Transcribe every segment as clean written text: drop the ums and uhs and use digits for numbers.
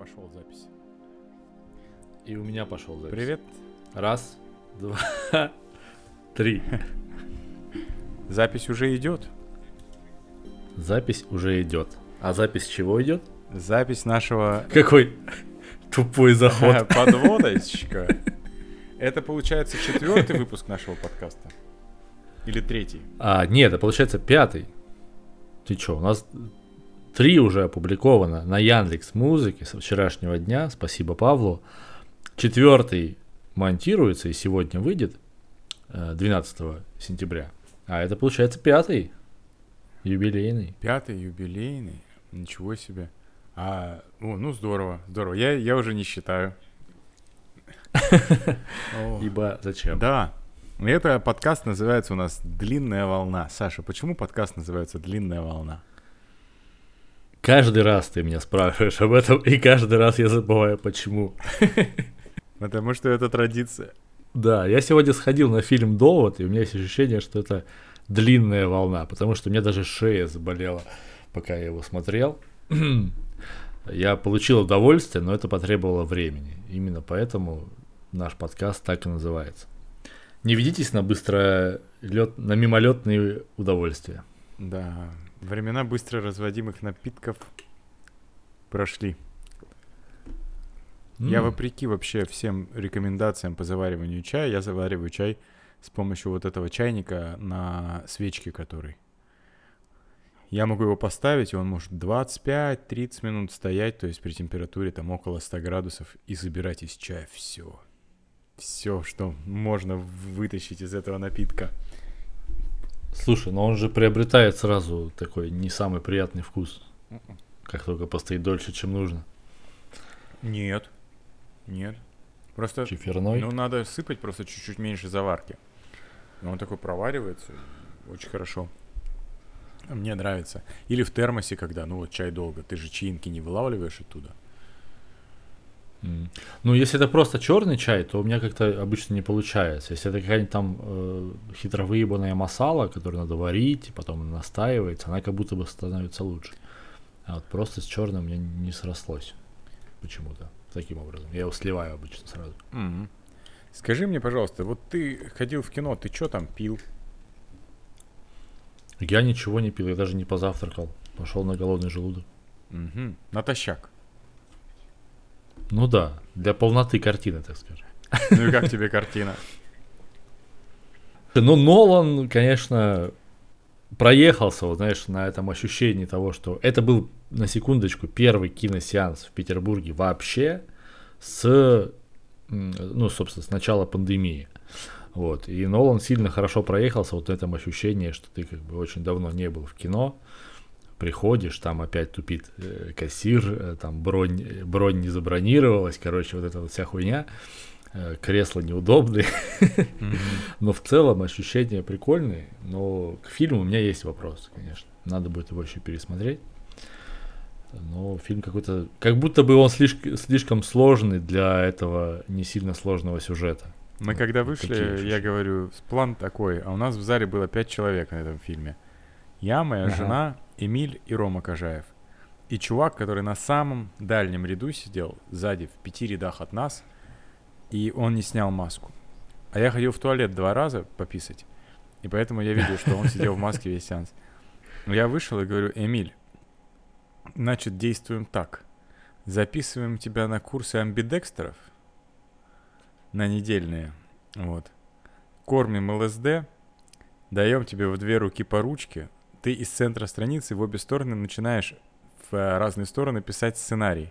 Пошел запись. И у меня пошел запись. Привет. Раз, два, три. Запись уже идет. Запись уже идет. А запись чего идет? Запись нашего... Какой тупой заход. Подводочка. Это получается 4-й выпуск нашего подкаста? Или 3-й? Нет, это получается 5-й. Ты чё, у нас 3 уже опубликовано на Яндекс.Музыке со вчерашнего дня. Спасибо Павлу. 4-й монтируется и сегодня выйдет 12 сентября. А это получается 5-й. Юбилейный. 5-й юбилейный. Ничего себе. Ну здорово, здорово. Я уже не считаю. Ибо зачем? Да. Это подкаст называется у нас «Длинная волна». Саша, почему подкаст называется «Длинная волна»? Каждый раз ты меня спрашиваешь об этом, и каждый раз я забываю, почему. Потому что это традиция. Да, я сегодня сходил на фильм «Довод», и у меня есть ощущение, что это длинная волна, потому что у меня даже шея заболела, пока я его смотрел. Я получил удовольствие, но это потребовало времени. Именно поэтому наш подкаст так и называется. Не ведитесь на на мимолетные удовольствия. Да, времена быстро разводимых напитков прошли. Я вопреки вообще всем рекомендациям по завариванию чая, я завариваю чай с помощью вот этого чайника на свечке, который. Я могу его поставить, и он может 25-30 минут стоять, то есть при температуре там около 100 градусов, и забирать из чая все. Все, что можно вытащить из этого напитка. Слушай, но он же приобретает сразу такой не самый приятный вкус, как только постоит дольше, чем нужно. Нет. Просто, Чиферной? надо сыпать просто чуть-чуть меньше заварки. Но он такой проваривается, очень хорошо. Мне нравится. Или в термосе, когда, чай долго. Ты же чаинки не вылавливаешь оттуда. Ну, если это просто черный чай, то у меня как-то обычно не получается. Если это какая-нибудь там хитро выебанная масала, которую надо варить, потом настаивается, она как будто бы становится лучше. А вот просто с черным у меня не срослось почему-то таким образом. Я его сливаю обычно сразу. Mm-hmm. Скажи мне, пожалуйста, вот ты ходил в кино, ты что там пил? Я ничего не пил, я даже не позавтракал. Пошел на голодный желудок. Mm-hmm. Натощак. Ну да, для полноты картины, так скажем. Ну и как тебе картина? Ну, Нолан, конечно, проехался, вот, знаешь, на этом ощущении того, что это был, на секундочку, первый киносеанс в Петербурге вообще собственно, с начала пандемии. Вот. И Нолан сильно хорошо проехался вот на этом ощущении, что ты как бы очень давно не был в кино. Приходишь, там опять тупит кассир, там бронь не забронировалась, короче, вот эта вот вся хуйня, кресла неудобные, но в целом ощущения прикольные, но к фильму у меня есть вопрос, конечно, надо будет его еще пересмотреть, но фильм какой-то, как будто бы он слишком сложный для этого не сильно сложного сюжета. Мы когда вышли, я говорю, план такой, а у нас в зале было 5 человек на этом фильме. Я, моя жена, Эмиль и Рома Кожаев. И чувак, который на самом дальнем ряду сидел, сзади, в 5 рядах от нас, и он не снял маску. А я ходил в туалет 2 раза пописать, и поэтому я видел, что он сидел в маске весь сеанс. Я вышел и говорю: Эмиль, значит, действуем так. Записываем тебя на курсы амбидекстеров на недельные. Вот. Кормим ЛСД, даем тебе в 2 руки по ручке, ты из центра страницы в обе стороны начинаешь в разные стороны писать сценарий.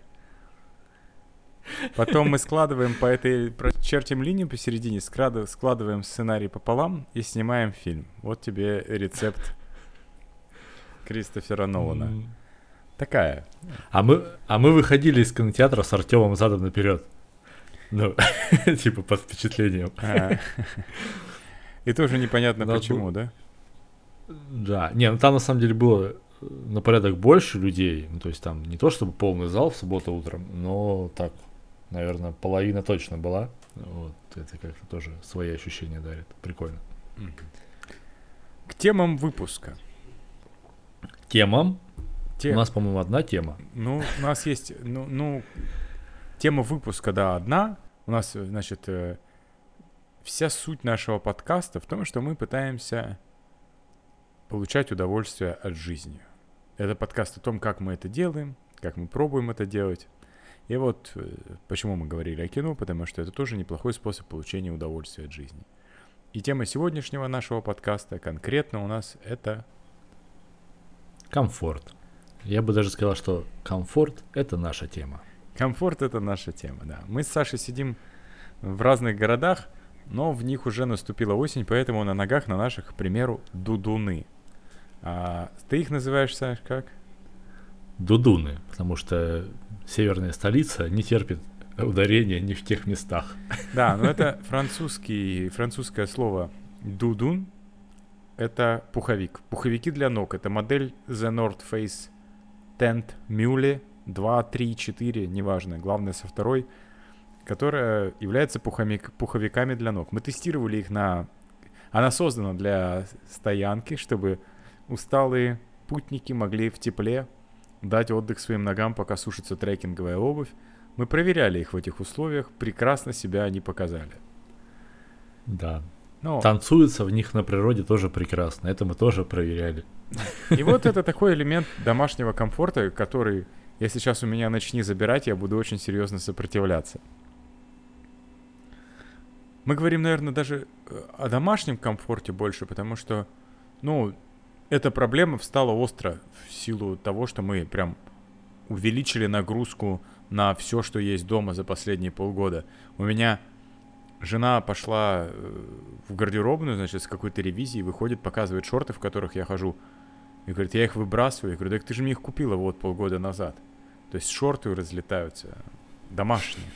Потом мы складываем чертим линию посередине, складываем сценарий пополам и снимаем фильм. Вот тебе рецепт Кристофера Нолана. Такая. А мы выходили из кинотеатра с Артемом задом наперед. Ну, типа под впечатлением. И тоже непонятно почему, да? Да, там на самом деле было на порядок больше людей, то есть там не то чтобы полный зал в субботу утром, но так, наверное, половина точно была, вот, это как-то тоже свои ощущения дарит, прикольно. К темам выпуска. Темам? У нас, по-моему, одна тема. У нас есть, тема выпуска, да, одна. У нас, значит, вся суть нашего подкаста в том, что мы пытаемся получать удовольствие от жизни. Это подкаст о том, как мы это делаем, как мы пробуем это делать. И вот почему мы говорили о кино, потому что это тоже неплохой способ получения удовольствия от жизни. И тема сегодняшнего нашего подкаста конкретно у нас это... Комфорт. Я бы даже сказал, что комфорт — это наша тема. Комфорт — это наша тема, да. Мы с Сашей сидим в разных городах, но в них уже наступила осень, поэтому на ногах на наших, к примеру, дудуны. А ты их называешь, Саш, как? Дудуны, потому что северная столица не терпит ударения не в тех местах. Да, но это французское слово дудун. Это пуховик. Пуховики для ног. Это модель The North Face Tent Mule 2, 3, 4, неважно. Главное со второй, которая является пуховиками для ног. Мы тестировали их на... Она создана для стоянки, чтобы усталые путники могли в тепле дать отдых своим ногам, пока сушится трекинговая обувь. Мы проверяли их в этих условиях, прекрасно себя они показали. Да. Танцуется в них на природе тоже прекрасно. Это мы тоже проверяли. И вот это такой элемент домашнего комфорта, который, если сейчас у меня начни забирать, я буду очень серьезно сопротивляться. Мы говорим, наверное, даже о домашнем комфорте больше, потому что, эта проблема встала остро в силу того, что мы прям увеличили нагрузку на все, что есть дома за последние полгода. У меня жена пошла в гардеробную, значит, с какой-то ревизией, выходит, показывает шорты, в которых я хожу. И говорит, я их выбрасываю. Я говорю, так ты же мне их купила вот полгода назад. То есть шорты разлетаются, домашние.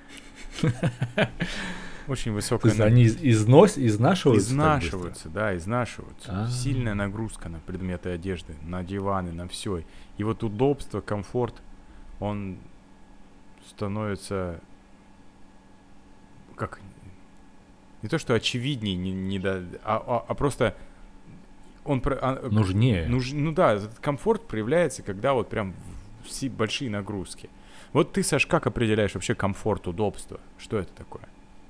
Очень высокая... То есть они изнашиваются? Изнашиваются, да, изнашиваются. Сильная нагрузка на предметы одежды, на диваны, на все. И вот удобство, комфорт, он становится как... Не то, что очевидней, а просто... Нужнее. Этот комфорт проявляется, когда вот прям большие нагрузки. Вот ты, Саш, как определяешь вообще комфорт, удобство? Что это такое?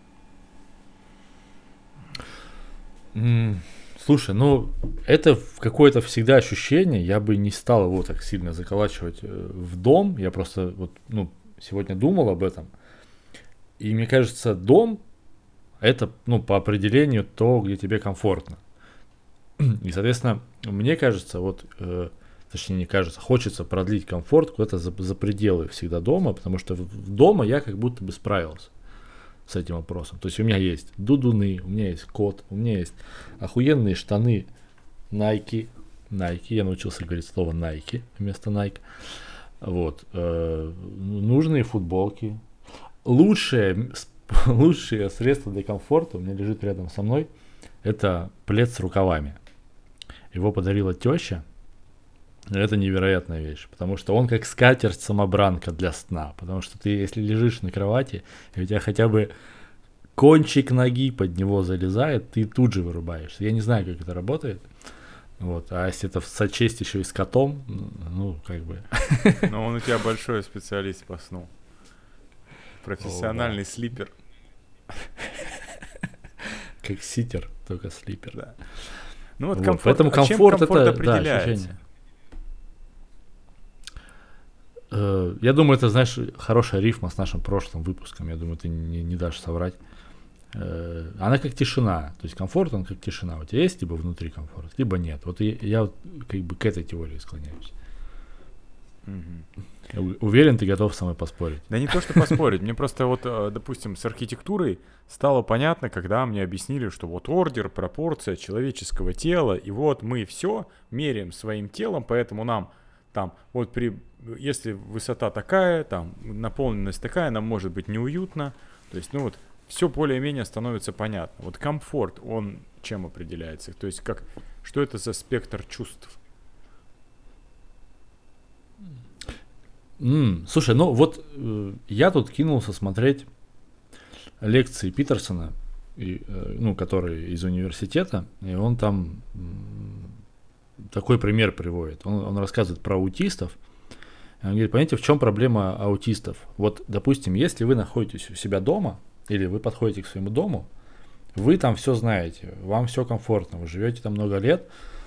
Слушай, это какое-то всегда ощущение, я бы не стал его так сильно заколачивать в дом, я просто сегодня думал об этом, и мне кажется, дом это, по определению то, где тебе комфортно, и, соответственно, мне кажется, точнее не кажется, хочется продлить комфорт куда-то за пределы всегда дома, потому что дома я как будто бы справился с этим вопросом. То есть у меня есть дудуны, у меня есть кот, у меня есть охуенные штаны Nike. Я научился говорить слово Nike вместо Nike. Вот. Нужные футболки. Лучшее средство для комфорта у меня лежит рядом со мной. Это плед с рукавами. Его подарила теща. Это невероятная вещь, потому что он как скатерть-самобранка для сна, потому что ты, если лежишь на кровати, и у тебя хотя бы кончик ноги под него залезает, ты тут же вырубаешься. Я не знаю, как это работает, а если это сочесть еще и с котом, как бы... Но он у тебя большой специалист по сну. Профессиональный слипер. Как ситер, только слипер. Да. Комфорт. Поэтому комфорт это определяется? Да, я думаю, это, знаешь, хорошая рифма с нашим прошлым выпуском. Я думаю, ты не дашь соврать. Она как тишина. То есть комфорт, он как тишина. У тебя есть либо внутри комфорт, либо нет. Вот я как бы к этой теории склоняюсь. Уверен, ты готов со мной поспорить? Да не то, что поспорить. Мне просто допустим, с архитектурой стало понятно, когда мне объяснили, что ордер, пропорция человеческого тела, и мы все меряем своим телом, поэтому нам там если высота такая, там наполненность такая, нам может быть неуютно. То есть, все более-менее становится понятно. Комфорт, он чем определяется? То есть, что это за спектр чувств? Слушай, я тут кинулся смотреть лекции Питерсона, который из университета, и он там такой пример приводит. Он рассказывает про аутистов, Он говорит, понимаете, в чем проблема аутистов? Вот, допустим, если вы находитесь у себя дома, или вы подходите к своему дому, вы там все знаете, вам все комфортно, вы живете там много лет,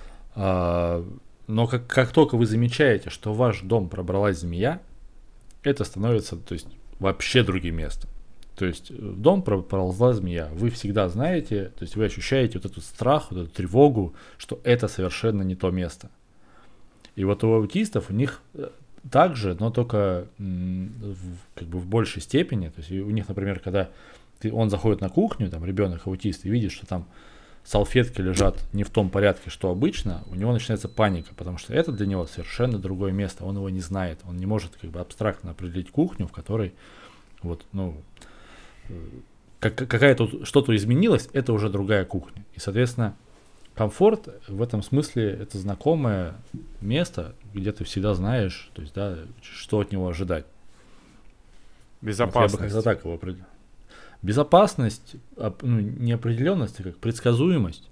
но как только вы замечаете, что в ваш дом пробралась змея, это становится, то есть, вообще другим местом. То есть в дом проползла змея, вы всегда знаете, то есть вы ощущаете вот этот страх, вот эту тревогу, что это совершенно не то место. И вот у аутистов у них так же, но только как бы в большей степени. То есть у них, например, когда он заходит на кухню, там ребенок аутист, и видит, что там салфетки лежат не в том порядке, что обычно, у него начинается паника, потому что это для него совершенно другое место, он его не знает, он не может как бы абстрактно определить кухню, в которой вот, ну, какая-то что-то изменилось, это уже другая кухня. И, соответственно, комфорт в этом смысле это знакомое место, где ты всегда знаешь, то есть, да, что от него ожидать. Безопасность. Вот я бы как-то так его определил. Безопасность, ну, неопределенность, как предсказуемость.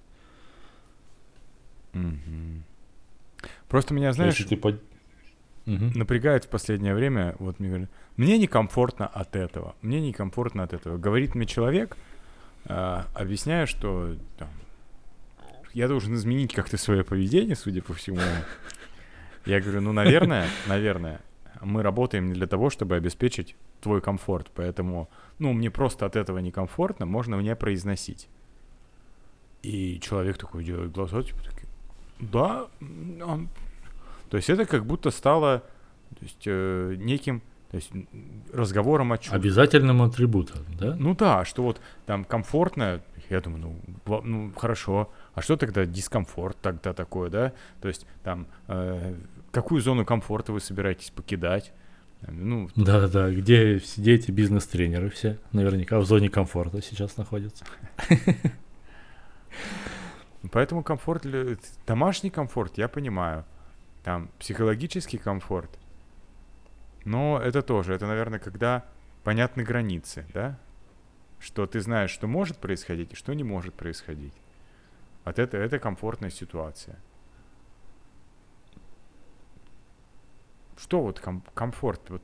Просто меня, знаешь, если ты напрягает в последнее время, вот мне говорят, мне некомфортно от этого, мне некомфортно от этого. Говорит мне человек, объясняя, что там, я должен изменить как-то свое поведение, судя по всему. Я говорю, ну, наверное, мы работаем не для того, чтобы обеспечить твой комфорт, поэтому, ну, мне просто от этого некомфортно, можно мне произносить. И человек такой делает глаза, типа, такие, да, то есть это как будто стало, то есть, неким, то есть разговором о чувствах. Обязательным атрибутом, да? Ну да, что вот там комфортно, я думаю, ну хорошо, а что тогда дискомфорт тогда такое, да? То есть там какую зону комфорта вы собираетесь покидать? Ну, да, где все эти бизнес-тренеры все, наверняка в зоне комфорта сейчас находятся. Поэтому комфорт, домашний комфорт, я понимаю, там психологический комфорт, но это тоже, это, наверное, когда понятны границы, да? Что ты знаешь, что может происходить и что не может происходить. Вот это комфортная ситуация. Что вот комфорт? Вот.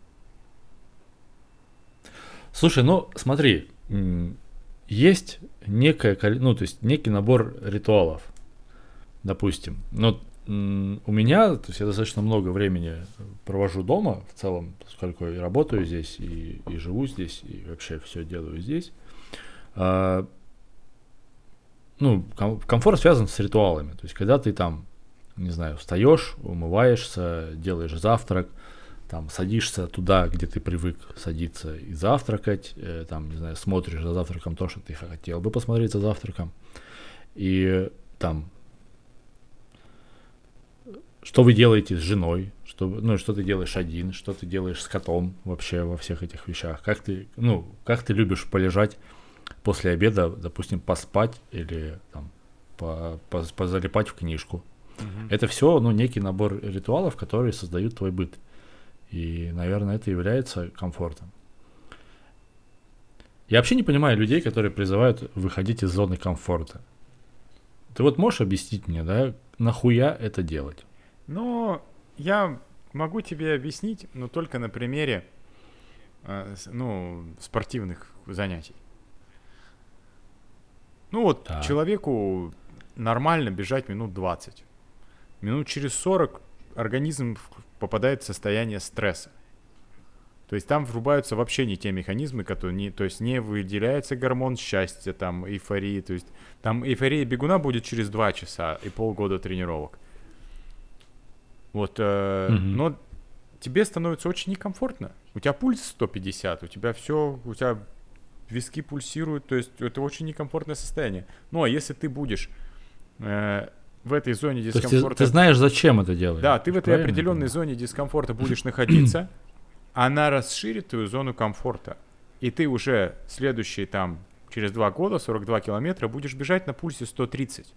Слушай, ну смотри, есть некое, ну то есть некий набор ритуалов, допустим. Но у меня, то есть я достаточно много времени провожу дома в целом, поскольку я работаю здесь и живу здесь, и вообще все делаю здесь. Ну, комфорт связан с ритуалами. То есть, когда ты там, не знаю, встаешь, умываешься, делаешь завтрак, там садишься туда, где ты привык садиться и завтракать, там, не знаю, смотришь за завтраком то, что ты хотел бы посмотреть за завтраком, и там, что вы делаете с женой, что ты делаешь один, что ты делаешь с котом вообще во всех этих вещах, как ты любишь полежать после обеда, допустим, поспать или там позалипать в книжку. Это все, ну, некий набор ритуалов, которые создают твой быт. И, наверное, это является комфортом. Я вообще не понимаю людей, которые призывают выходить из зоны комфорта. Ты вот можешь объяснить мне, да, нахуя это делать? Ну, я могу тебе объяснить, но только на примере, спортивных занятий. Ну вот Так. человеку нормально бежать минут 20. Минут через 40 организм попадает в состояние стресса. То есть там врубаются вообще не те механизмы, которые то есть не выделяется гормон счастья, там эйфории. То есть там эйфория бегуна будет через 2 часа и полгода тренировок. Вот, но тебе становится очень некомфортно. У тебя пульс 150, у тебя виски пульсируют, то есть это очень некомфортное состояние. Ну, а если ты будешь в этой зоне дискомфорта... То есть ты знаешь, зачем это делаешь. Да, ты в этой определенной зоне дискомфорта будешь находиться, она расширит твою зону комфорта. И ты уже следующие там, через 2 года, 42 километра, будешь бежать на пульсе 130.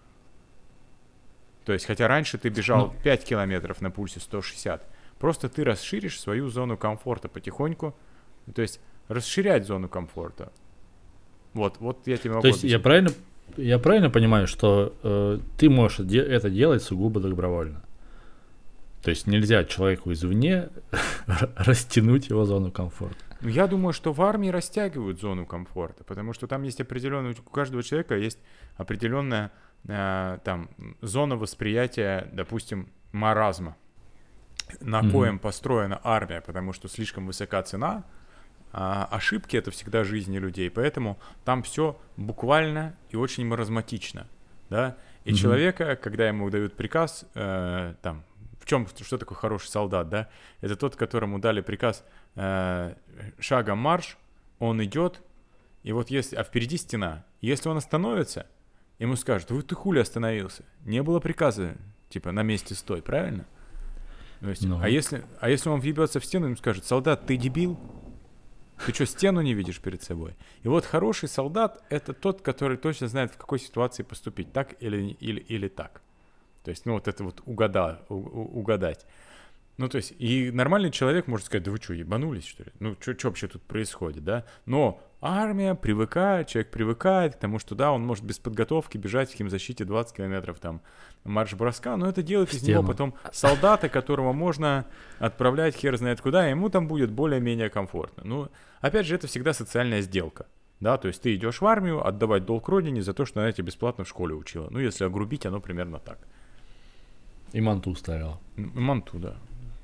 То есть, хотя раньше ты бежал 5 километров на пульсе 160. Просто ты расширишь свою зону комфорта потихоньку. То есть, расширять зону комфорта. Вот я тебе могу То есть я правильно понимаю, что ты можешь это делать сугубо добровольно? То есть нельзя человеку извне растянуть его зону комфорта. Ну, я думаю, что в армии растягивают зону комфорта, потому что там есть определенная, у каждого человека есть определенная там зона восприятия, допустим, маразма, на коем построена армия, потому что слишком высока цена, ошибки — это всегда жизни людей, поэтому там все буквально и очень маразматично, да, и человека, когда ему дают приказ, там, что такое хороший солдат, да, это тот, которому дали приказ шагом марш, он идет, и вот если, а впереди стена, если он остановится, ему скажут: вы ты хули остановился, не было приказа, типа, на месте стой, правильно? То есть, а если он въебется в стену, ему скажут: солдат, ты дебил? Ты что, стену не видишь перед собой? И вот хороший солдат — это тот, который точно знает, в какой ситуации поступить, так или так. То есть, ну, вот это вот угадать. Ну, то есть, и нормальный человек может сказать: да вы что, ебанулись, что ли? Ну, что вообще тут происходит, да? Но армия привыкает, человек привыкает к тому, что, да, он может без подготовки бежать в химзащите 20 километров, там, марш-броска, но это делает из него потом солдата, которого можно отправлять хер знает куда, и ему там будет более-менее комфортно. Ну, опять же, это всегда социальная сделка. Да, то есть ты идешь в армию отдавать долг родине за то, что она тебя бесплатно в школе учила. Ну, если огрубить, оно примерно так. И манту ставила. Манту, да.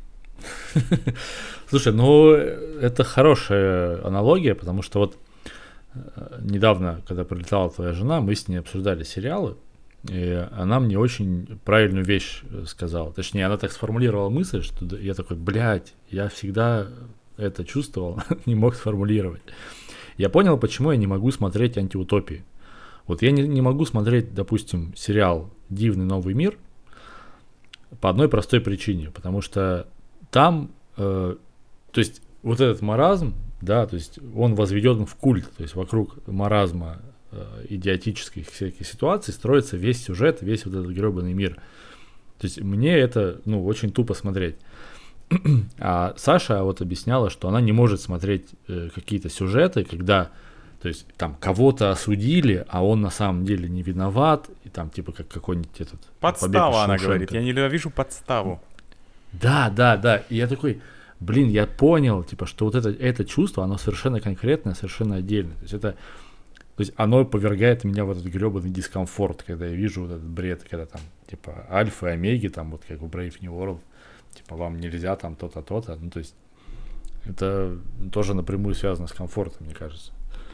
Слушай, ну это хорошая аналогия, потому что вот недавно, когда прилетала твоя жена, мы с ней обсуждали сериалы, и она мне очень правильную вещь сказала. Точнее, она так сформулировала мысль, что я такой: блядь, я всегда это чувствовал, не мог сформулировать. Я понял, почему я не могу смотреть антиутопии. Вот я не могу смотреть, допустим, сериал «Дивный новый мир» по одной простой причине, потому что там, то есть вот этот маразм, да, то есть он возведен в культ, то есть вокруг маразма идиотических всяких ситуаций строится весь сюжет, весь вот этот гребаный мир. То есть мне это, ну, очень тупо смотреть. А Саша вот объясняла, что она не может смотреть какие-то сюжеты, когда, то есть там кого-то осудили, а он на самом деле не виноват, и там типа как какой-нибудь этот... Подстава, она говорит, я ненавижу подставу. Да, и я такой: блин, я понял, типа, что вот это чувство, оно совершенно конкретное, совершенно отдельное. То есть оно повергает меня в этот гребаный дискомфорт, когда я вижу вот этот бред, когда там, типа, альфа и омеги, там, вот как в Brave New World, типа, вам нельзя там то-то, то-то. Ну, то есть это тоже напрямую связано с комфортом, мне кажется.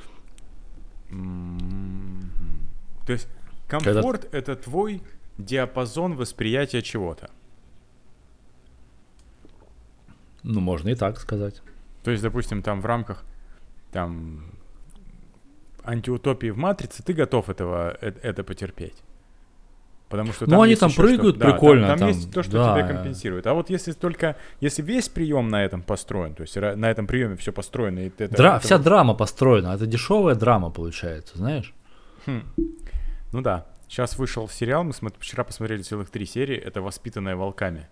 То есть комфорт — это твой диапазон восприятия чего-то. Ну, можно и так сказать. То есть, допустим, там в рамках там антиутопии в «Матрице» ты готов это потерпеть. Потому что там, ну, они там прыгают прикольно. Там есть то, что тебя компенсирует. А вот если весь прием на этом построен, то есть на этом приеме все построено. И вся драма построена. Это дешевая драма получается, знаешь? Ну да. Сейчас вышел сериал, мы вчера посмотрели целых 3 серии. Это «Воспитанная волками».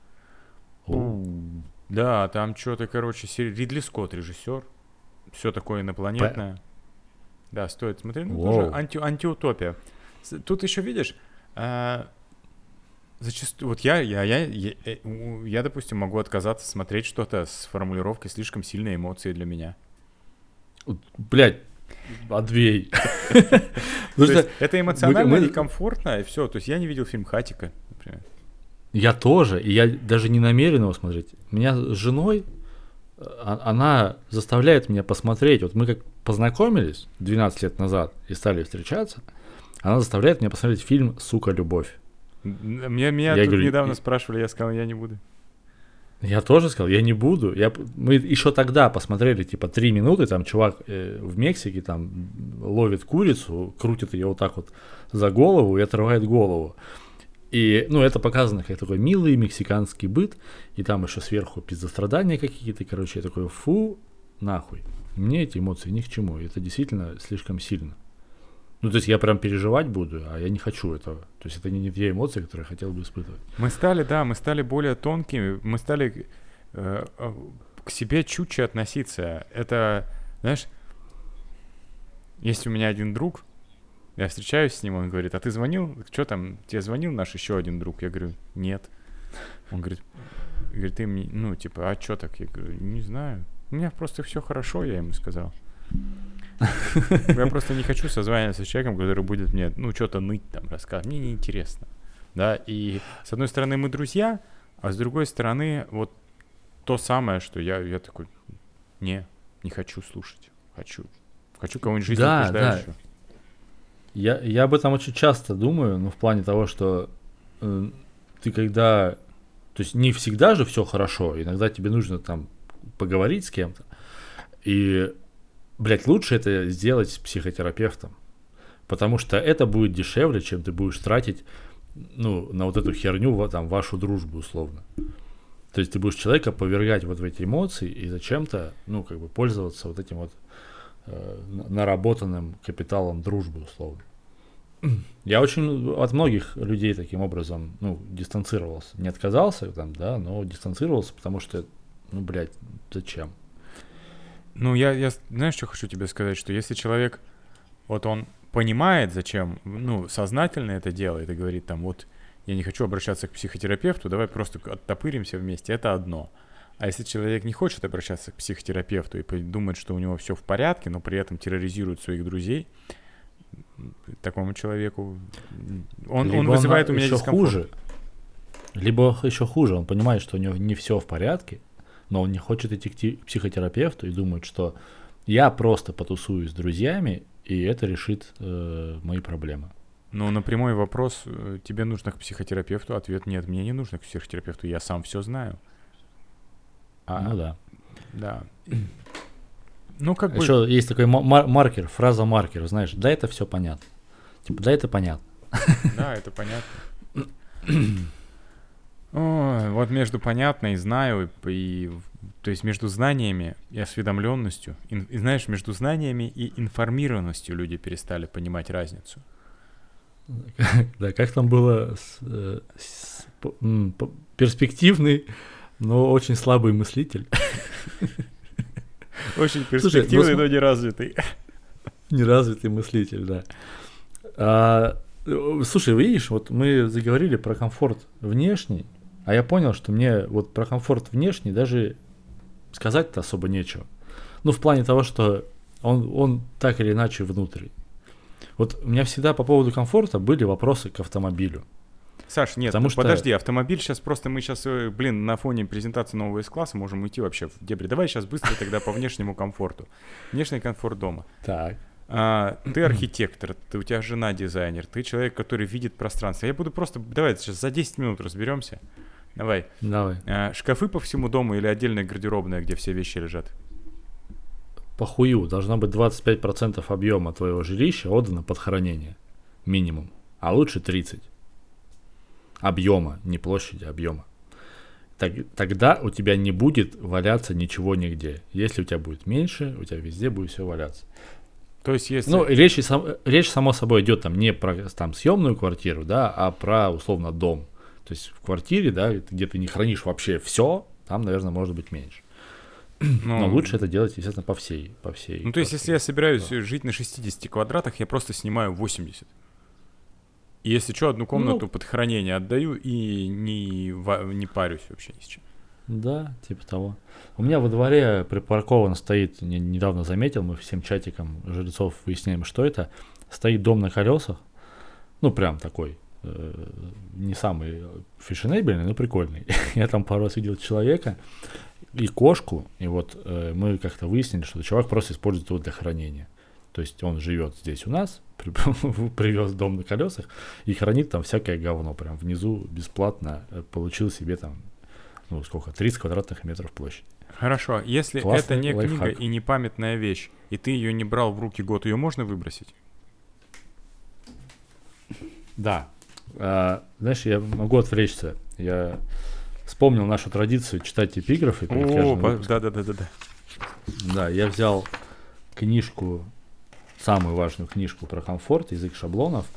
Да, там что-то, короче, Ридли Скотт режиссер. Все такое инопланетное. Да, стоит смотреть. Ну, тоже антиутопия. Тут еще, видишь, зачастую... Вот я, допустим, могу отказаться смотреть что-то с формулировкой «слишком сильные эмоции для меня». Блядь, отбей. Это эмоционально некомфортно, и все. То есть я не видел фильм «Хатико», например. Я тоже, и я даже не намерен его смотреть. Меня с женой, она заставляет меня посмотреть. Вот мы как познакомились 12 лет назад и стали встречаться, она заставляет меня посмотреть фильм «Сука, любовь». Меня тут говорю, недавно спрашивали, я сказал, я не буду. Я тоже сказал, я не буду. Мы еще тогда посмотрели, типа, 3 минуты, там чувак в Мексике там ловит курицу, крутит ее вот так вот за голову и отрывает голову. И, ну, это показано как такой милый мексиканский быт, и там еще сверху пиздострадания какие-то, короче, я такой: фу, нахуй. Мне эти эмоции ни к чему, это действительно слишком сильно. Ну, то есть я прям переживать буду, а я не хочу этого. То есть это не те эмоции, которые я хотел бы испытывать. Мы стали более тонкими, мы стали к себе чутче относиться. Это, знаешь, есть у меня один друг, я встречаюсь с ним, он говорит: а ты звонил? Что там, тебе звонил наш еще один друг? Я говорю: нет. Он говорит, ты мне, ну, типа, а чё так? Я говорю, не знаю. У меня просто все хорошо, я ему сказал. Я просто не хочу созваниваться с человеком, который будет мне, ну, что-то ныть там, рассказывать. Мне неинтересно. Да, и с одной стороны мы друзья, а с другой стороны вот то самое, что я такой, не хочу слушать. Хочу кого-нибудь жизнеутверждающего. Да. Я об этом очень часто думаю, ну, в плане того, что ты когда... То есть не всегда же все хорошо, иногда тебе нужно там поговорить с кем-то. И, блядь, лучше это сделать с психотерапевтом. Потому что это будет дешевле, чем ты будешь тратить, ну, на вот эту херню, там, вашу дружбу, условно. То есть ты будешь человека повергать вот в эти эмоции и зачем-то, ну, как бы пользоваться вот этим вот наработанным капиталом дружбы, условно. Я очень от многих людей таким образом, ну, дистанцировался. Не отказался там, да, но дистанцировался, потому что, ну, блядь, зачем? Ну, я знаешь, что хочу тебе сказать, что если человек, вот он понимает, зачем, ну, сознательно это делает и говорит там, вот, я не хочу обращаться к психотерапевту, давай просто оттопыримся вместе, это одно. А если человек не хочет обращаться к психотерапевту и думает, что у него все в порядке, но при этом терроризирует своих друзей, такому человеку он вызывает у меня дискомфорт. Хуже. Либо еще хуже, он понимает, что у него не все в порядке, но он не хочет идти к психотерапевту и думает, что я просто потусуюсь с друзьями, и это решит мои проблемы. Ну, на прямой вопрос, тебе нужно к психотерапевту, ответ нет, мне не нужно к психотерапевту, я сам все знаю. Ну да. Да. Ну, как бы... Еще есть такой маркер, фраза маркер, знаешь, да, это все понятно. Типа, да, это понятно. Да, это понятно. Ой, вот между понятно и знаю, то есть между знаниями и осведомленностью, и знаешь, между знаниями и информированностью люди перестали понимать разницу. Да, как там было перспективный, но очень слабый мыслитель. Очень перспективный, но неразвитый. Неразвитый мыслитель, да. Слушай, видишь, вот мы заговорили про комфорт внешний, а я понял, что мне вот про комфорт внешний даже сказать-то особо нечего. Ну, в плане того, что он так или иначе внутрь. Вот у меня всегда по поводу комфорта были вопросы к автомобилю. Саш, нет, подожди, автомобиль сейчас просто, мы сейчас, на фоне презентации нового S-класса можем уйти вообще в дебри. Давай сейчас быстро тогда по внешнему комфорту. Внешний комфорт дома. Так. Ты архитектор, у тебя жена дизайнер, ты человек, который видит пространство. Я буду просто, давай сейчас за 10 минут разберемся. Давай. Шкафы по всему дому или отдельная гардеробная, где все вещи лежат? Похую, должно быть 25% объема твоего жилища отдано под хранение. Минимум. А лучше 30%. Объема, не площади, объема. Тогда у тебя не будет валяться ничего нигде. Если у тебя будет меньше, у тебя везде будет все валяться. То есть если... Ну, речь само собой идет там не про там съемную квартиру, да, а про условно дом. То есть в квартире, да, где ты не хранишь вообще все, там, наверное, может быть меньше. Но лучше это делать, естественно, по всей. Ну, то есть, если я собираюсь жить на 60 квадратах, я просто снимаю 80. И если что, одну комнату под хранение отдаю и не парюсь вообще ни с чем. Да, типа того. У меня во дворе припаркован стоит, недавно заметил, мы всем чатикам жильцов выясняем, что это. Стоит дом на колесах, ну, прям такой, не самый фешенебельный, но прикольный. Я там пару раз видел человека и кошку, и вот мы как-то выяснили, что человек просто использует его для хранения. То есть он живет здесь у нас, привез дом на колесах и хранит там всякое говно. Прям внизу бесплатно получил себе там, 30 квадратных метров площади. Хорошо, если классный это не лайфхак. Книга и не памятная вещь, и ты ее не брал в руки год, ее можно выбросить? Да. Знаешь, я могу отвлечься. Я вспомнил нашу традицию читать эпиграфы. Да. Да, я взял книжку, самую важную книжку про комфорт, язык шаблонов.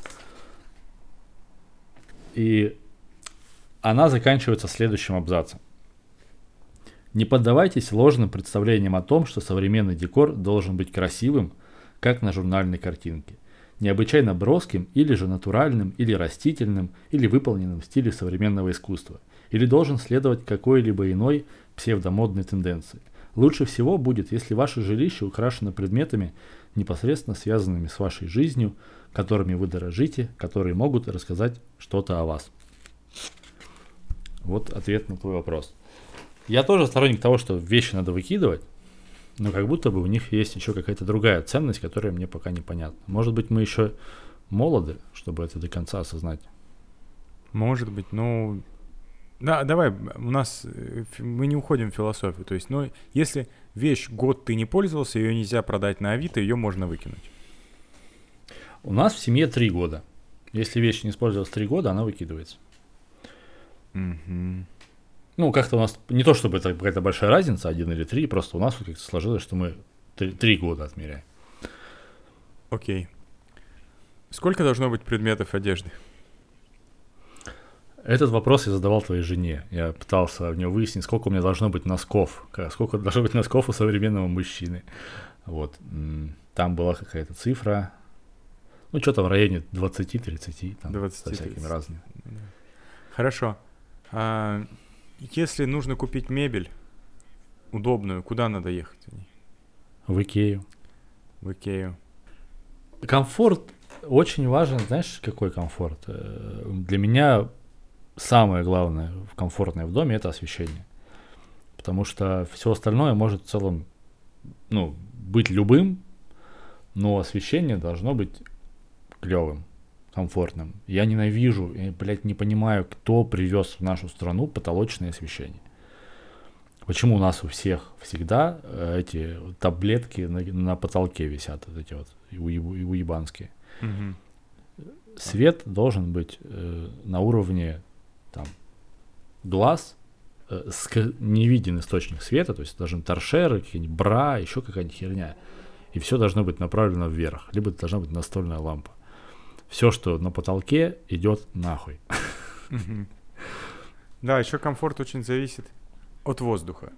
И она заканчивается следующим абзацем. Не поддавайтесь ложным представлениям о том, что современный декор должен быть красивым, как на журнальной картинке, необычайно броским или же натуральным, или растительным, или выполненным в стиле современного искусства. или должен следовать какой-либо иной псевдомодной тенденции. Лучше всего будет, если ваше жилище украшено предметами, непосредственно связанными с вашей жизнью, которыми вы дорожите, которые могут рассказать что-то о вас. Вот ответ на твой вопрос. Я тоже сторонник того, что вещи надо выкидывать, но как будто бы у них есть еще какая-то другая ценность, которая мне пока непонятна. Может быть, мы еще молоды, чтобы это до конца осознать. Может быть, ну... Да, давай, мы не уходим в философию. То есть, ну, если вещь год ты не пользовался, ее нельзя продать на Авито, ее можно выкинуть. У нас в семье 3 года. Если вещь не использовалась 3 года, она выкидывается. Угу. Ну, как-то у нас, не то чтобы это какая-то большая разница, 1 или 3, просто у нас вот как-то сложилось, что мы 3 года отмеряем. Окей. Сколько должно быть предметов одежды? Этот вопрос я задавал твоей жене. Я пытался у нее выяснить, сколько у меня должно быть носков. Сколько должно быть носков у современного мужчины. Вот. Там была какая-то цифра. Ну, что-то в районе 20-30. Там 20, со всякими разными. Хорошо. Если нужно купить мебель удобную, куда надо ехать? В Икею. В Икею. Комфорт очень важен. Знаешь, какой комфорт? Для меня самое главное комфортное в доме — это освещение. Потому что все остальное может в целом, ну, быть любым, но освещение должно быть клевым, комфортным. Я ненавижу, я, блядь, не понимаю, кто привез в нашу страну потолочное освещение. Почему у нас у всех всегда эти таблетки на потолке висят, вот эти вот уебанские. Угу. Свет должен быть на уровне там глаз, не виден источник света, то есть должны торшеры, какие-нибудь бра, еще какая-нибудь херня. И все должно быть направлено вверх, либо это должна быть настольная лампа. Все, что на потолке, идет нахуй. Да, еще комфорт очень зависит от воздуха.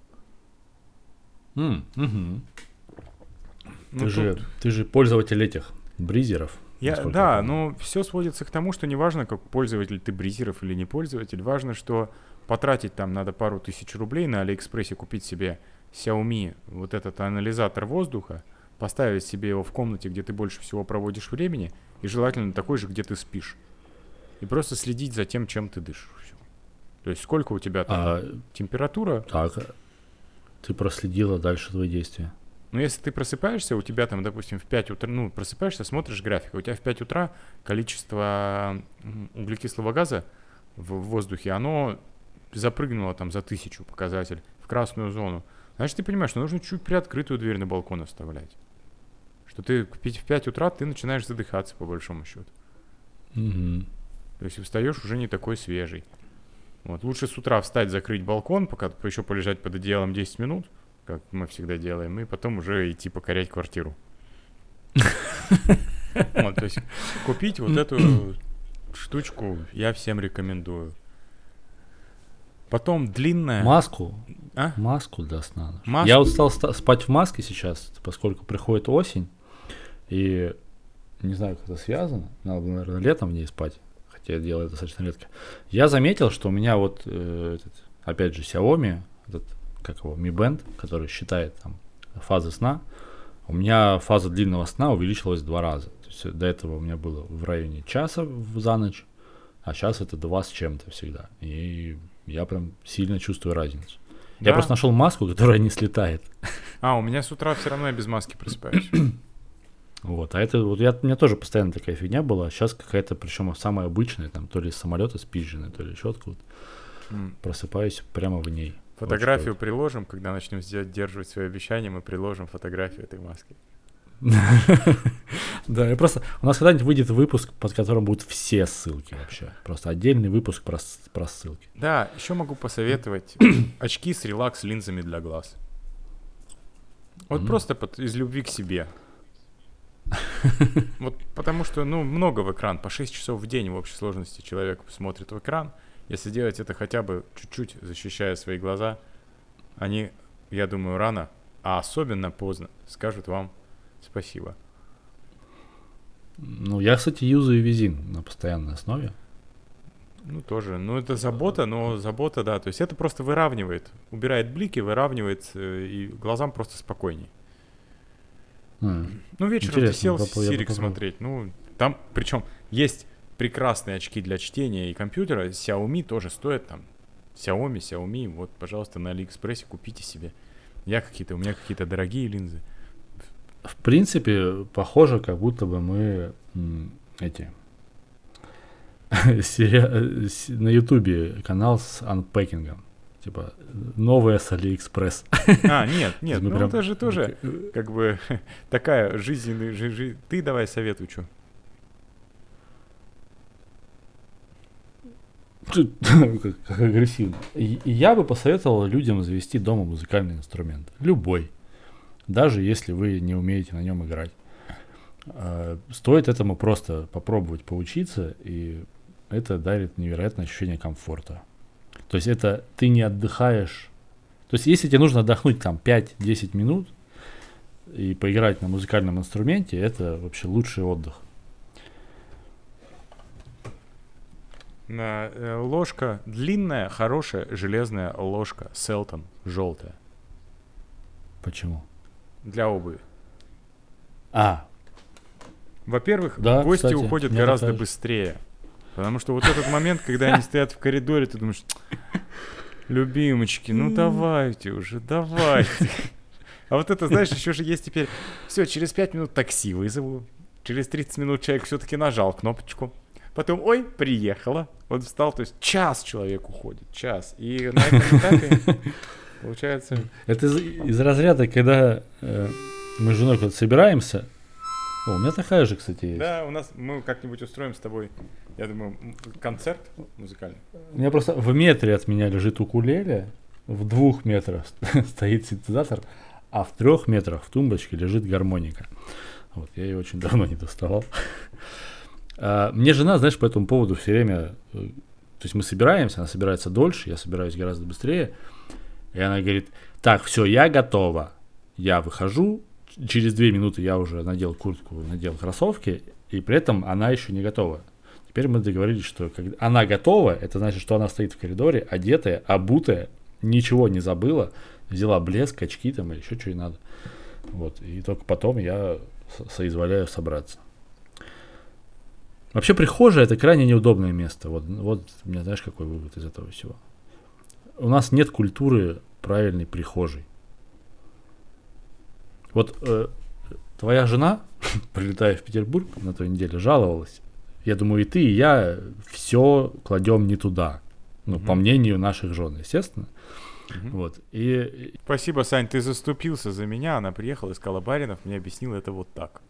Ты же пользователь этих бризеров. Да, но все сводится к тому, что неважно, как пользователь ты бризеров или не пользователь, важно, что потратить там надо пару тысяч рублей на Алиэкспрессе, купить себе Xiaomi вот этот анализатор воздуха, поставить себе его в комнате, где ты больше всего проводишь времени, и желательно такой же, где ты спишь. И просто следить за тем, чем ты дышишь. Всё. То есть сколько у тебя там температура? Так, ты проследила дальше твои действия. Ну, если ты просыпаешься, у тебя там, допустим, в 5 утра, ну, просыпаешься, смотришь график, у тебя в 5 утра количество углекислого газа в воздухе, оно запрыгнуло там за 1000 показатель в красную зону. Значит, ты понимаешь, что нужно чуть приоткрытую дверь на балкон оставлять. Что ты в 5 утра ты начинаешь задыхаться, по большому счету. Угу. То есть встаешь уже не такой свежий. Вот. Лучше с утра встать, закрыть балкон, пока еще полежать под одеялом 10 минут, как мы всегда делаем, и потом уже идти покорять квартиру. Вот, то есть купить вот эту штучку я всем рекомендую. Потом длинная... Маску? Маску для сна. Маску? Я вот стал спать в маске сейчас, поскольку приходит осень, и не знаю, как это связано. Надо, наверное, летом в ней спать, хотя я делаю это достаточно редко. Я заметил, что у меня вот, опять же, Xiaomi, как его, Mi Band, который считает там фазы сна, у меня фаза длинного сна увеличилась в 2 раза. То есть до этого у меня было в районе часа за ночь, а сейчас это 2 с чем-то всегда. И я прям сильно чувствую разницу. Да? Я просто нашел маску, которая не слетает. У меня с утра все равно я без маски просыпаюсь. Вот, а это вот у меня тоже постоянно такая фигня была. Сейчас какая-то, причем самая обычная, там то ли из самолета спизженная, то ли еще откуда. Просыпаюсь прямо в ней. Фотографию приложим, когда начнем сдерживать свои обещания, мы приложим фотографию этой маски. Да, я просто... У нас когда-нибудь выйдет выпуск, под которым будут все ссылки вообще. Просто отдельный выпуск про ссылки. Да, еще могу посоветовать очки с релакс-линзами для глаз. Вот просто из любви к себе. Вот потому что, много в экран. По 6 часов в день в общей сложности человек смотрит в экран. Если делать это хотя бы чуть-чуть, защищая свои глаза, они, я думаю, рано, а особенно поздно скажут вам спасибо. Я, кстати, юзаю визин на постоянной основе. Ну, тоже. Ну, это забота, но забота, да. То есть это просто выравнивает. Убирает блики, выравнивает, и глазам просто спокойней. Ну, вечером ты сел Сирик смотреть. Ну, там, причем, есть прекрасные очки для чтения и компьютера. Xiaomi тоже стоят там. Xiaomi, вот, пожалуйста, на Алиэкспрессе купите себе. У меня какие-то дорогие линзы. В принципе, похоже, как будто бы мы на Ютубе канал с анпэкингом. Типа, новое с Алиэкспресс. Нет, ну это же тоже как бы такая жизненная... Ты давай советуй, что. Как агрессивно. Я бы посоветовал людям завести дома музыкальный инструмент. Любой. Даже если вы не умеете на нем играть. Стоит этому просто попробовать поучиться, и это дарит невероятное ощущение комфорта. То есть это ты не отдыхаешь. То есть если тебе нужно отдохнуть там 5-10 минут и поиграть на музыкальном инструменте, это вообще лучший отдых. Ложка длинная, хорошая железная ложка Селтон, желтая. Почему? Для обуви. Во-первых, да, гости кстати, уходят гораздо быстрее. Потому что вот этот момент, когда они стоят в коридоре, ты думаешь, любимочки, ну давайте уже, давайте. А вот это, знаешь, еще же есть теперь, все, через 5 минут такси вызову, через 30 минут человек все-таки нажал кнопочку, потом, ой, приехала, вот встал, то есть час человек уходит, час. И на этом этапе получается... Это из разряда, когда мы с женой куда-то собираемся. О, у меня такая же, кстати, есть. Да, мы как-нибудь устроим с тобой, я думаю, концерт музыкальный. У меня просто в метре от меня лежит укулеле, в 2 метрах стоит синтезатор, а в 3 метрах в тумбочке лежит гармоника. Вот, я ее очень давно не доставал. Мне жена, знаешь, по этому поводу все время... То есть мы собираемся, она собирается дольше, я собираюсь гораздо быстрее. И она говорит, так, все, я готова. Я выхожу, через 2 минуты я уже надел куртку, надел кроссовки, и при этом она еще не готова. Теперь мы договорились, что когда она готова, это значит, что она стоит в коридоре, одетая, обутая, ничего не забыла, взяла блеск, очки там или еще что ей надо. Вот, и только потом я соизволяю собраться. Вообще прихожая — это крайне неудобное место. Вот у меня, знаешь, какой вывод из этого всего. У нас нет культуры правильной прихожей. Вот твоя жена, прилетая в Петербург на той неделе, жаловалась. Я думаю, и ты, и я все кладем не туда. Ну, по мнению наших жен, естественно. Вот. Спасибо, Сань, ты заступился за меня. Она приехала, искала баринов, мне объяснила это вот так.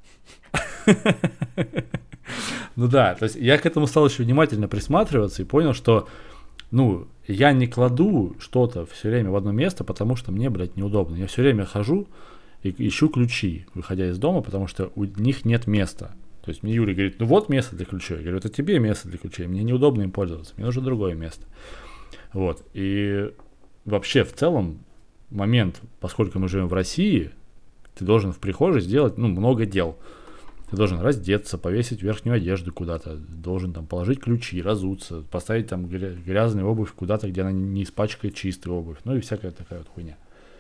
Ну да, то есть я к этому стал еще внимательно присматриваться и понял, что, ну, я не кладу что-то все время в одно место, потому что мне, блядь, неудобно. Я все время хожу и ищу ключи, выходя из дома, потому что у них нет места. То есть мне Юрий говорит, ну вот место для ключей. Я говорю, это тебе место для ключей, мне неудобно им пользоваться, мне нужно другое место. Вот, и вообще в целом момент, поскольку мы живем в России, ты должен в прихожей сделать, ну, много дел. Ты должен раздеться, повесить верхнюю одежду куда-то, должен там положить ключи, разуться, поставить там грязную обувь куда-то, где она не испачкает чистую обувь, ну и всякая такая вот хуйня.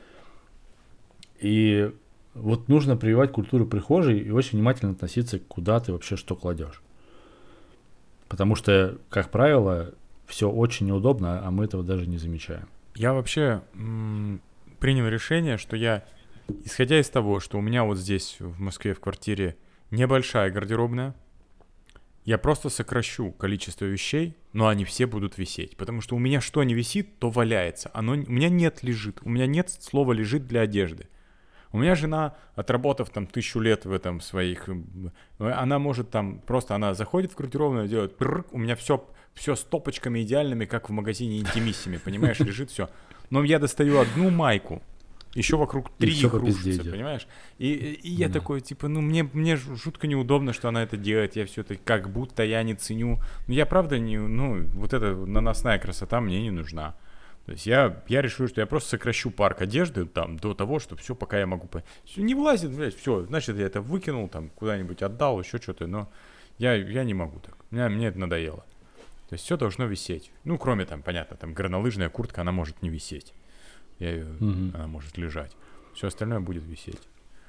И вот нужно прививать культуру прихожей и очень внимательно относиться, куда ты вообще что кладешь. Потому что, как правило, все очень неудобно, а мы этого даже не замечаем. Я вообще принял решение, что я, исходя из того, что у меня вот здесь в Москве в квартире небольшая гардеробная, я просто сокращу количество вещей, но они все будут висеть. Потому что у меня что не висит, то валяется. У меня нет лежит. У меня нет слова лежит для одежды. У меня жена, отработав там 1000 лет в этом своих, она может там, просто она заходит в гардеробную, делает у меня все с топочками идеальными, как в магазине Интимиссими, понимаешь, лежит все. Но я достаю одну майку, еще вокруг 3 кружится, понимаешь? И я такой, типа, ну мне жутко неудобно, что она это делает, я все это как будто я не ценю. Но я правда не, ну, вот эта наносная красота мне не нужна. То есть я решил, что я просто сокращу парк одежды там до того, что все, пока я могу... Все, не влазит, блядь, все, значит, я это выкинул, там, куда-нибудь отдал, еще что-то, но я не могу так. Мне это надоело. То есть все должно висеть. Ну, кроме там, понятно, там горнолыжная куртка, она может не висеть. Она может лежать. Все остальное будет висеть.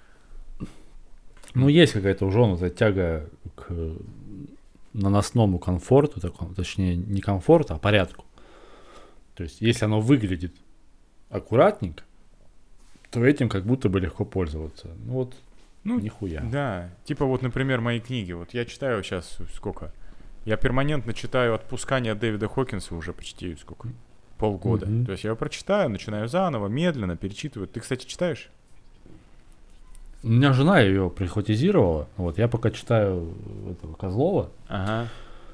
Ну, есть какая-то уже эта тяга к наносному комфорту, такому, точнее, не комфорту, а порядку. То есть, если оно выглядит аккуратненько, то этим как будто бы легко пользоваться. Ну вот, нихуя. Да, типа вот, например, мои книги. Вот я читаю сейчас сколько? Я перманентно читаю «Отпускание» Дэвида Хокинса уже почти сколько? Полгода. То есть я его прочитаю, начинаю заново, медленно перечитываю. Ты, кстати, читаешь? У меня жена ее прихватизировала. Вот, я пока читаю этого Козлова. Ага.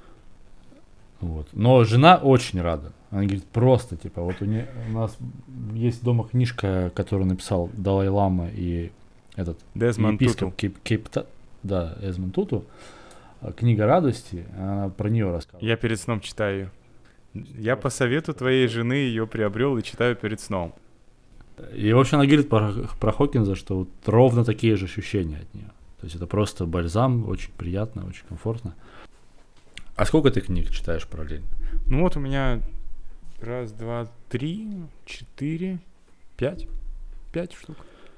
Вот. Но жена очень рада. Она говорит, просто, типа, вот у нас есть дома книжка, которую написал Далай-Лама и этот Дезмонд епископ да, Дезмонд Туту. Книга радости, она про нее рассказывает. Я перед сном читаю ее. Я по совету твоей жены ее приобрел и читаю перед сном. И, в общем, она говорит про Хокинса, что вот ровно такие же ощущения от нее. То есть это просто бальзам, очень приятно, очень комфортно. А сколько ты книг читаешь параллельно? Ну вот у меня 1, 2, 3, 4, 5. 5 штук.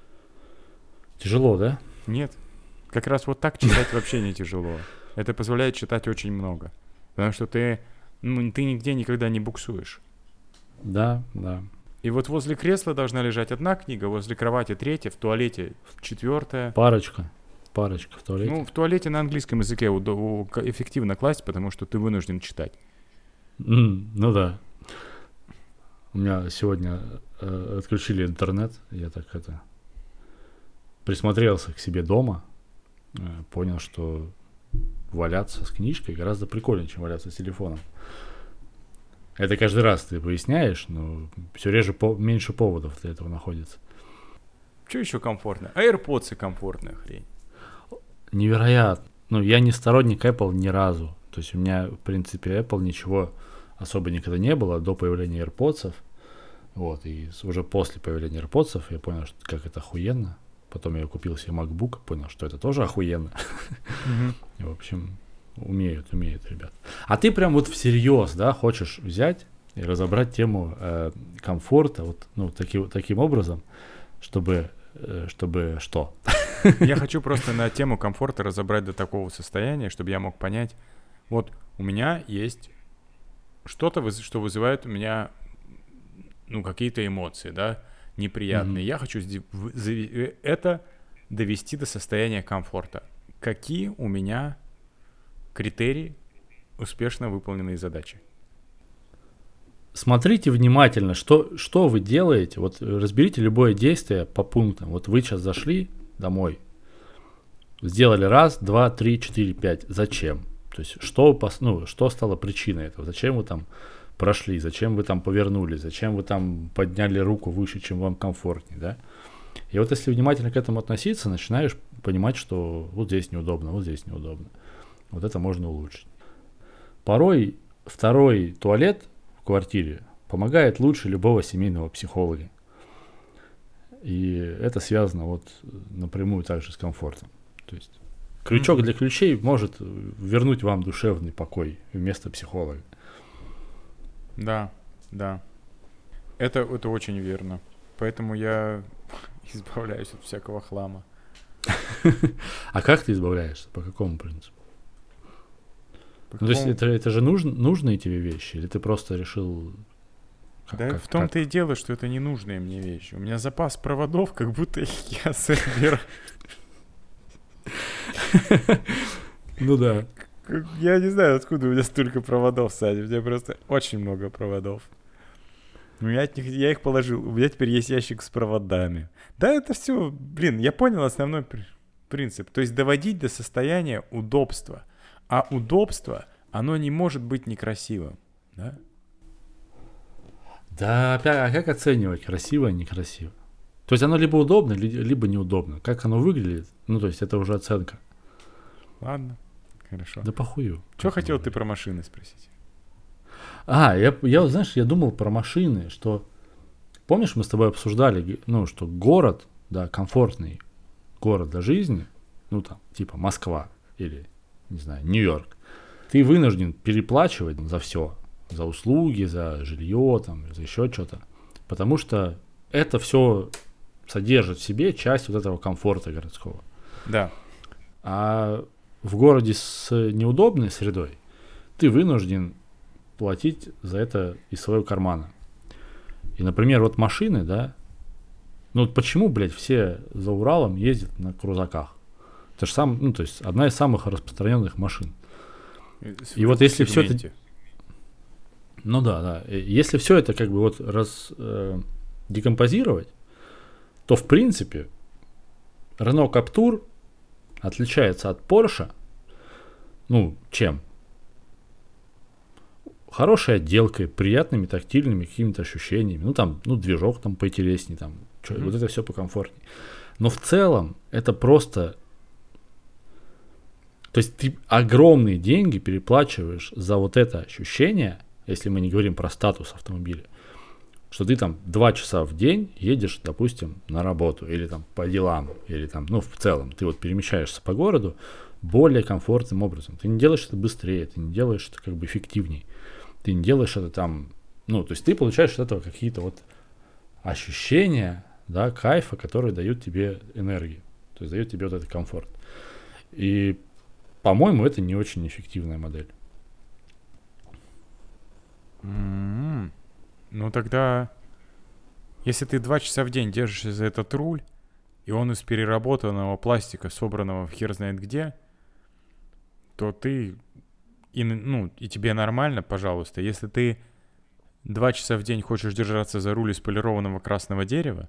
Тяжело, да? Нет. Как раз вот так читать вообще не тяжело. Это позволяет читать очень много. Потому что ты нигде никогда не буксуешь. Да, да. И вот возле кресла должна лежать одна книга, возле кровати 3, в туалете 4. Парочка в туалете. Ну, в туалете на английском языке эффективно класть, потому что ты вынужден читать. Ну да. У меня сегодня отключили интернет, я так присмотрелся к себе дома, понял, что валяться с книжкой гораздо прикольнее, чем валяться с телефоном. Это каждый раз ты выясняешь, но все реже меньше поводов для этого находится. Что еще комфортно? AirPods комфортная хрень. Невероятно. Ну, я не сторонник Apple ни разу. То есть у меня, в принципе, Apple ничего особо никогда не было до появления AirPods. Вот, и уже после появления AirPods я понял, что как это охуенно. Потом я купил себе MacBook, понял, что это тоже охуенно. В общем, умеют, ребят. А ты прям вот всерьез, да, хочешь взять и разобрать тему комфорта вот, ну, таким образом, чтобы что? Я хочу просто на тему комфорта разобрать до такого состояния, чтобы я мог понять, вот у меня есть что-то, что вызывает у меня, ну, какие-то эмоции, да, неприятные. Я хочу это довести до состояния комфорта. Какие у меня критерии успешно выполненной задачи? Смотрите внимательно, что вы делаете. Вот разберите любое действие по пунктам. Вот вы сейчас зашли домой, сделали 1, 2, 3, 4, 5. Зачем? То есть что стало причиной этого? Зачем вы там прошли? Зачем вы там повернули? Зачем вы там подняли руку выше, чем вам комфортнее, да? И вот если внимательно к этому относиться, начинаешь понимать, что вот здесь неудобно, вот здесь неудобно. Вот это можно улучшить. Порой второй туалет в квартире помогает лучше любого семейного психолога. И это связано вот напрямую также с комфортом. То есть крючок для ключей может вернуть вам душевный покой вместо психолога. Да. Это очень верно. Поэтому я избавляюсь от всякого хлама. А как ты избавляешься? По какому принципу? То есть это же нужные тебе вещи? Или ты просто решил... Да в том-то и дело, что это ненужные мне вещи. У меня запас проводов, как будто я собираю. Ну да. Я не знаю, откуда у меня столько проводов, Саня. У меня просто очень много проводов. Я их положил. У меня теперь есть ящик с проводами. Да, это все, я понял основной принцип. То есть доводить до состояния удобства. А удобство, оно не может быть некрасивым. Да? Да, а как оценивать, красиво, некрасиво? То есть оно либо удобно, либо неудобно. Как оно выглядит, ну, то есть это уже оценка. Ладно, хорошо. Да похую. Что хотел ты про машины спросить? Я, знаешь, я думал про машины, что... Помнишь, мы с тобой обсуждали, ну, что город, да, комфортный город для жизни, ну, там, типа Москва или, не знаю, Нью-Йорк, ты вынужден переплачивать за все. За услуги, за жилье, там, за еще что-то. Потому что это все содержит в себе часть вот этого комфорта городского. Да. А в городе с неудобной средой ты вынужден платить за это из своего кармана. И, например, вот машины, да, ну вот почему, блядь, все за Уралом ездят на крузаках? Это же то есть одна из самых распространенных машин. И вот если все это... Ну да. Если все это как бы вот декомпозировать, то в принципе Renault Captur отличается от Porsche, чем? Хорошей отделкой, приятными тактильными какими-то ощущениями. Движок там поинтереснее, вот это все покомфортнее. Но в целом это просто... То есть ты огромные деньги переплачиваешь за вот это ощущение, если мы не говорим про статус автомобиля, что ты там 2 часа в день едешь, допустим, на работу или там по делам, или там, в целом, ты вот перемещаешься по городу более комфортным образом. Ты не делаешь это быстрее, ты не делаешь это как бы эффективней, ты не делаешь это там, то есть ты получаешь от этого какие-то вот ощущения, да, кайфа, которые дают тебе энергию, то есть дают тебе вот этот комфорт. И, по-моему, это не очень эффективная модель. Ну тогда, если ты 2 часа в день держишься за этот руль, и он из переработанного пластика, собранного в хер знает где, то ты, и тебе нормально, пожалуйста. Если ты 2 часа в день хочешь держаться за руль из полированного красного дерева,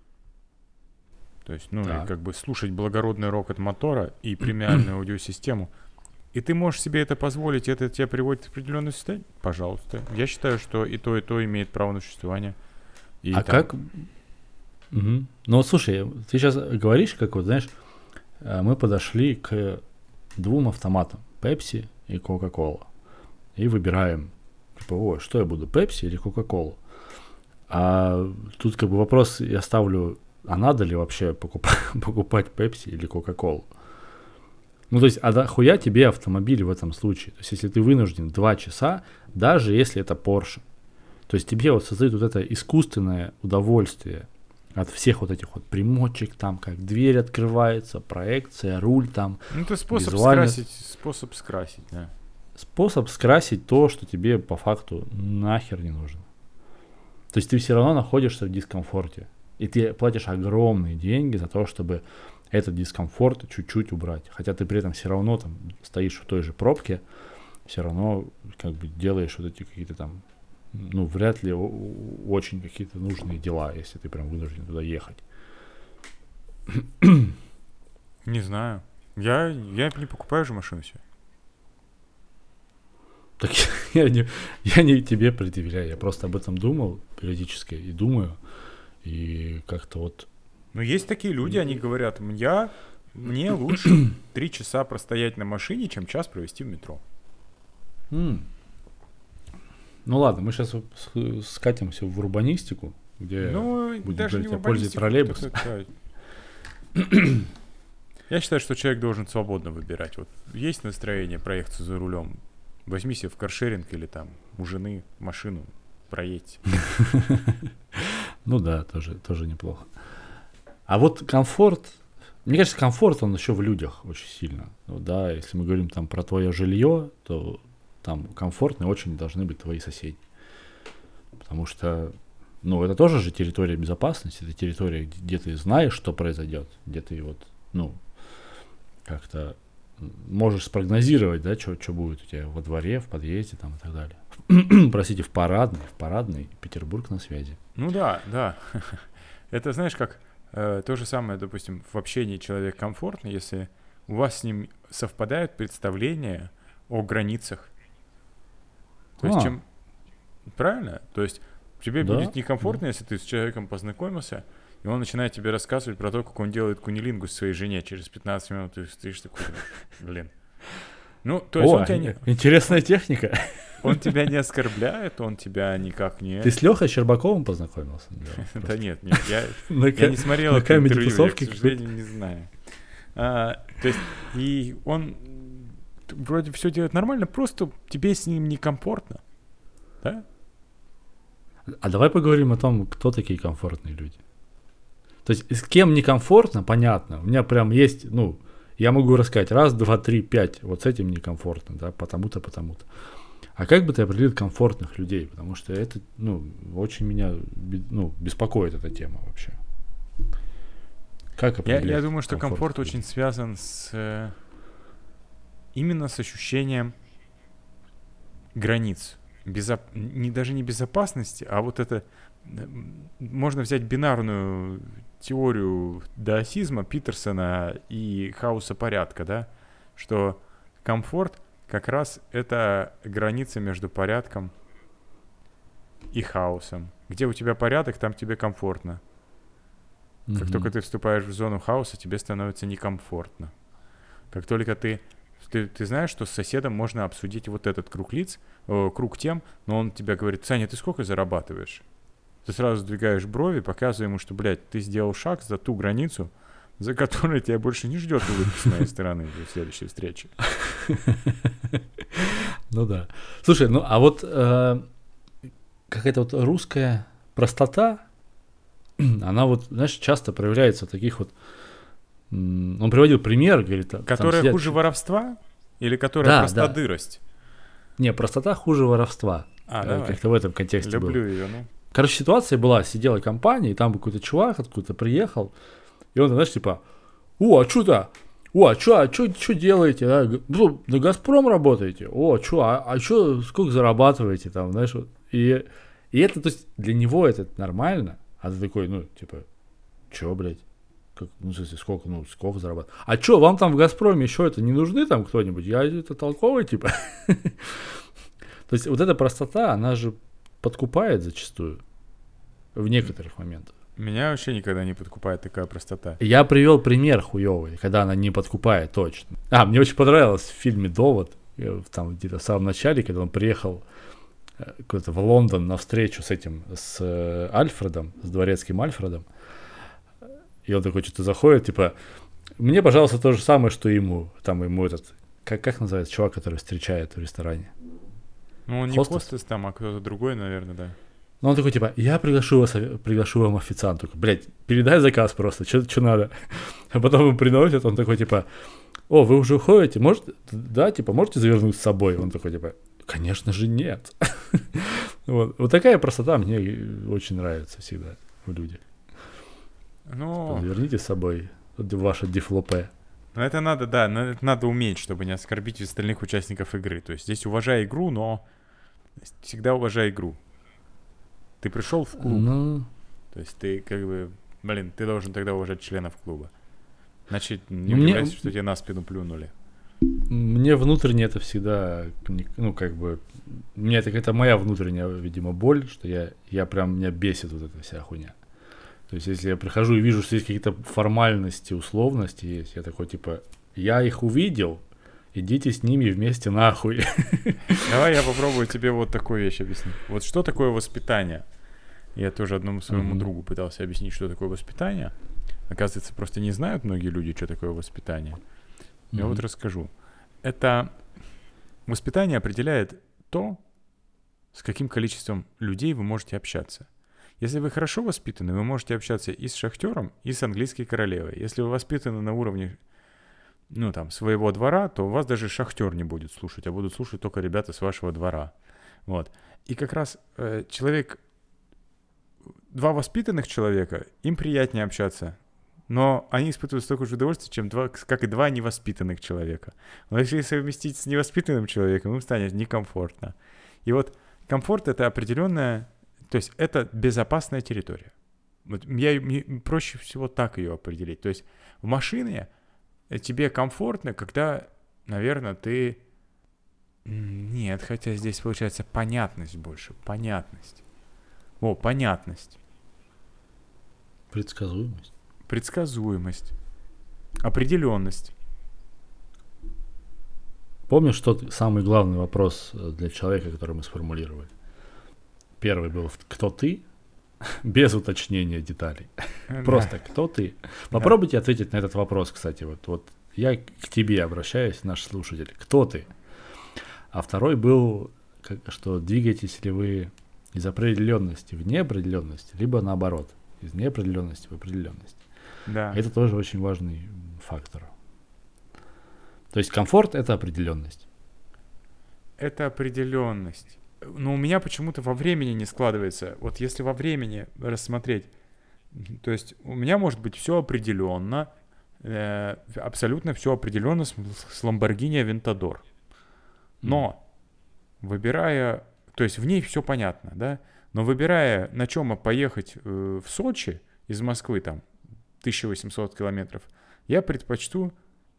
то есть, и как бы слушать благородный рокот мотора и премиальную аудиосистему, и ты можешь себе это позволить, это тебя приводит в определенное состояние, пожалуйста. Я считаю, что и то имеет право на существование. И как? Угу. Ну, слушай, ты сейчас говоришь, как вот, знаешь, мы подошли к 2 автоматам, Pepsi и Coca-Cola, и выбираем, что я буду, Pepsi или Coca-Cola? А тут как бы вопрос я ставлю, а надо ли вообще покупать Pepsi или Coca-Cola? То есть, а нахуя тебе автомобиль в этом случае? То есть, если ты вынужден 2 часа, даже если это Porsche, то есть тебе вот создают вот это искусственное удовольствие от всех вот этих вот примочек, там, как дверь открывается, проекция, руль там. Это способ скрасить, да. Способ скрасить то, что тебе по факту нахер не нужно. То есть ты все равно находишься в дискомфорте. И ты платишь огромные деньги за то, чтобы этот дискомфорт чуть-чуть убрать. Хотя ты при этом все равно там стоишь в той же пробке, все равно как бы делаешь вот эти какие-то там, вряд ли очень какие-то нужные дела, если ты прям вынужден туда ехать. Не знаю. Я не покупаю же машину себе. Так я не тебе предъявляю, я просто об этом думал периодически и думаю, и как-то вот... Есть такие люди, они говорят, мне лучше 3 часа простоять на машине, чем час провести в метро. Ладно, мы сейчас скатимся в урбанистику, где будем даже говорить о пользе троллейбуса. Я считаю, что человек должен свободно выбирать. Вот есть настроение проехаться за рулем, возьми себе в каршеринг или там у жены машину, проедь. Да, тоже неплохо. А вот комфорт, мне кажется, комфорт, он еще в людях очень сильно. Да, если мы говорим там про твое жилье, то там комфортные очень должны быть твои соседи. Потому что, это тоже же территория безопасности, это территория, где ты знаешь, что произойдет, где ты вот, как-то можешь спрогнозировать, да, что будет у тебя во дворе, в подъезде там и так далее. Простите, в парадной, Петербург на связи. Да. Это знаешь, как то же самое, допустим, в общении человек комфортный, если у вас с ним совпадают представления о границах. То есть, правильно? То есть, тебе будет некомфортно, если ты с человеком познакомился, и он начинает тебе рассказывать про то, как он делает кунилингус своей жене. Через 15 минут ты стоишь такой, блин. То есть он тебя интересная техника. Он тебя не оскорбляет, он тебя никак не... Ты с Лехой Щербаковым познакомился? Да нет, я не смотрел это интервью, я, к сожалению, не знаю. То вроде все делает нормально, просто тебе с ним некомфортно. Да? А давай поговорим о том, кто такие комфортные люди. То есть с кем некомфортно, понятно. У меня прям есть, ну, я могу рассказать, 1, 2, 3, 5, вот с этим некомфортно, да, потому-то, потому-то. А как бы ты определил комфортных людей? Потому что это, ну, очень меня, ну, беспокоит эта тема вообще. Как определить? Я думаю, что комфорт людей? Очень связан именно с ощущением границ. Даже не безопасности, а вот это... Можно взять бинарную теорию даосизма Питерсона и хаоса порядка, да? Что комфорт как раз это граница между порядком и хаосом. Где у тебя порядок, там тебе комфортно. Как только ты вступаешь в зону хаоса, тебе становится некомфортно. Как только ты знаешь, что с соседом можно обсудить вот этот круг лиц, круг тем, но он тебе говорит: Саня, ты сколько зарабатываешь? Ты сразу сдвигаешь брови, показывая ему, что, блядь, ты сделал шаг за ту границу, за которой тебя больше не ждет улыбки с моей стороны в следующей встрече. Ну да. Слушай, ну а вот какая-то вот русская простота, она вот, знаешь, часто проявляется в таких вот... Он приводил пример, говорит... Которая хуже воровства? Или которая простодырость? Да. Не, простота хуже воровства. Как-то в этом контексте было. Люблю ее, ну. Короче, ситуация была, сидела компания, и там какой-то чувак откуда-то приехал, и он, знаешь, типа: а что делаете? Да? На «Газпром» работаете? Сколько зарабатываете там, знаешь? Вот. И это, то есть, для него это нормально, а ты такой, ну, типа, чё, блядь? В смысле, сколько зарабатывать? А чё, вам там в «Газпроме» еще это не нужны там кто-нибудь? Я это толковый, типа. То есть, вот эта простота, она же подкупает зачастую в некоторых моментах. Меня вообще никогда не подкупает такая простота. Я привел пример хуёвый, когда она не подкупает точно. Мне очень понравилось в фильме «Довод», там где-то в самом начале, когда он приехал куда-то в Лондон на встречу с Альфредом, с дворецким Альфредом. И он такой что-то заходит, типа: мне, пожалуйста, то же самое, что ему. Там ему этот, как называется, чувак, который встречает в ресторане? Ну, он не хостес там, а кто-то другой, наверное, да. Ну, он такой, типа: я приглашу вам официанту. Блядь, передай заказ просто, что надо. А потом ему приносят, он такой, типа: о, вы уже уходите? Можете завернуть с собой? Он такой, типа: конечно же нет. Вот такая простота мне очень нравится всегда в людях. Ну... Верните с собой ваше дефлопе. Ну, это надо, да, это надо уметь, чтобы не оскорбить остальных участников игры. То есть здесь уважай игру, но всегда уважай игру. Ты пришел в клуб, то есть ты как бы, ты должен тогда уважать членов клуба. Значит, не удивляйся, что тебе на спину плюнули. Мне внутренне это всегда, ну, как бы, это моя внутренняя, видимо, боль, что меня бесит вот эта вся хуйня. То есть, если я прихожу и вижу, что есть какие-то формальности, условности есть, я такой, типа: я их увидел, идите с ними вместе нахуй. Давай я попробую тебе вот такую вещь объяснить. Вот что такое воспитание? Я тоже одному своему другу пытался объяснить, что такое воспитание. Оказывается, просто не знают многие люди, что такое воспитание. Я вот расскажу. Это воспитание определяет то, с каким количеством людей вы можете общаться. Если вы хорошо воспитаны, вы можете общаться и с шахтером, и с английской королевой. Если вы воспитаны на уровне, своего двора, то вас даже шахтер не будет слушать, а будут слушать только ребята с вашего двора. Вот. И как раз два воспитанных человека, им приятнее общаться, но они испытывают столько же удовольствия, как и два невоспитанных человека. Но если совместить с невоспитанным человеком, им станет некомфортно. И вот комфорт — это определенная, то есть это безопасная территория. Вот мне проще всего так ее определить. То есть в машине тебе комфортно, когда, наверное, ты... Нет, хотя здесь получается понятность больше. Понятность. Понятность. Предсказуемость. Определенность. Помнишь, что самый главный вопрос для человека, который мы сформулировали? Первый был: кто ты? Без уточнения деталей. Просто кто ты? Попробуйте ответить на этот вопрос, кстати. Вот я к тебе обращаюсь, наш слушатель. Кто ты? А второй был, что двигаетесь ли вы из определенности в неопределенность, либо наоборот, из неопределенности в определенность. Да. Это тоже очень важный фактор. То есть комфорт — это определенность. Это определенность. Но у меня почему-то во времени не складывается. Вот если во времени рассмотреть, то есть у меня может быть все определенно, абсолютно все определенно с Lamborghini Aventador. Но выбирая, то есть в ней все понятно, да, но выбирая, на чем поехать в Сочи из Москвы, там, 1800 километров, я предпочту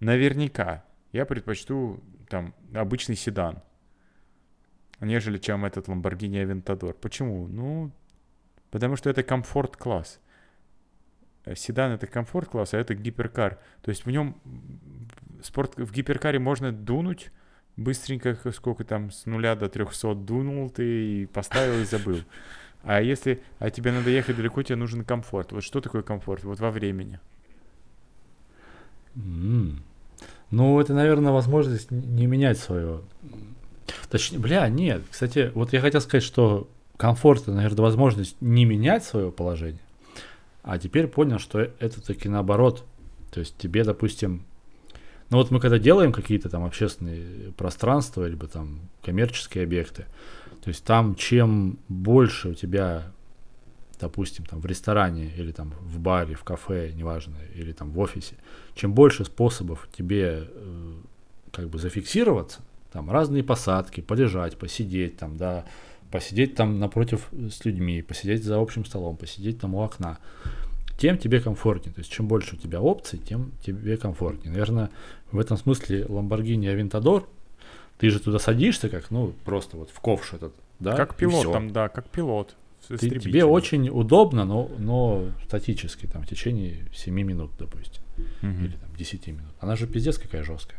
там обычный седан, нежели чем этот Lamborghini Aventador. Почему? Ну, потому что это комфорт-класс. Седан — это комфорт-класс, а это гиперкар. То есть в нем в гиперкаре можно дунуть быстренько, сколько там, с 0 до 300 дунул ты и поставил и забыл. А тебе надо ехать далеко, тебе нужен комфорт. Вот что такое комфорт? Вот во времени. Ну, это, наверное, возможность не менять свое. Точнее, нет. Кстати, вот я хотел сказать, что комфорт — это, наверное, возможность не менять свое положение. А теперь понял, что это таки наоборот. То есть тебе, допустим, ну вот мы когда делаем какие-то там общественные пространства, либо там коммерческие объекты, то есть там чем больше у тебя, допустим, там в ресторане или там в баре, в кафе, неважно, или там в офисе, чем больше способов тебе как бы зафиксироваться, там разные посадки, полежать, посидеть там, да, посидеть там напротив с людьми, посидеть за общим столом, посидеть там у окна, тем тебе комфортнее. То есть чем больше у тебя опций, тем тебе комфортнее. Наверное, в этом смысле Lamborghini Aventador, ты же туда садишься как, ну, просто вот в ковш этот, да? Как пилот там, да, как пилот. Тебе очень удобно, но статически, там, в течение 7 минут, допустим, или там 10 минут. Она же пиздец какая жесткая.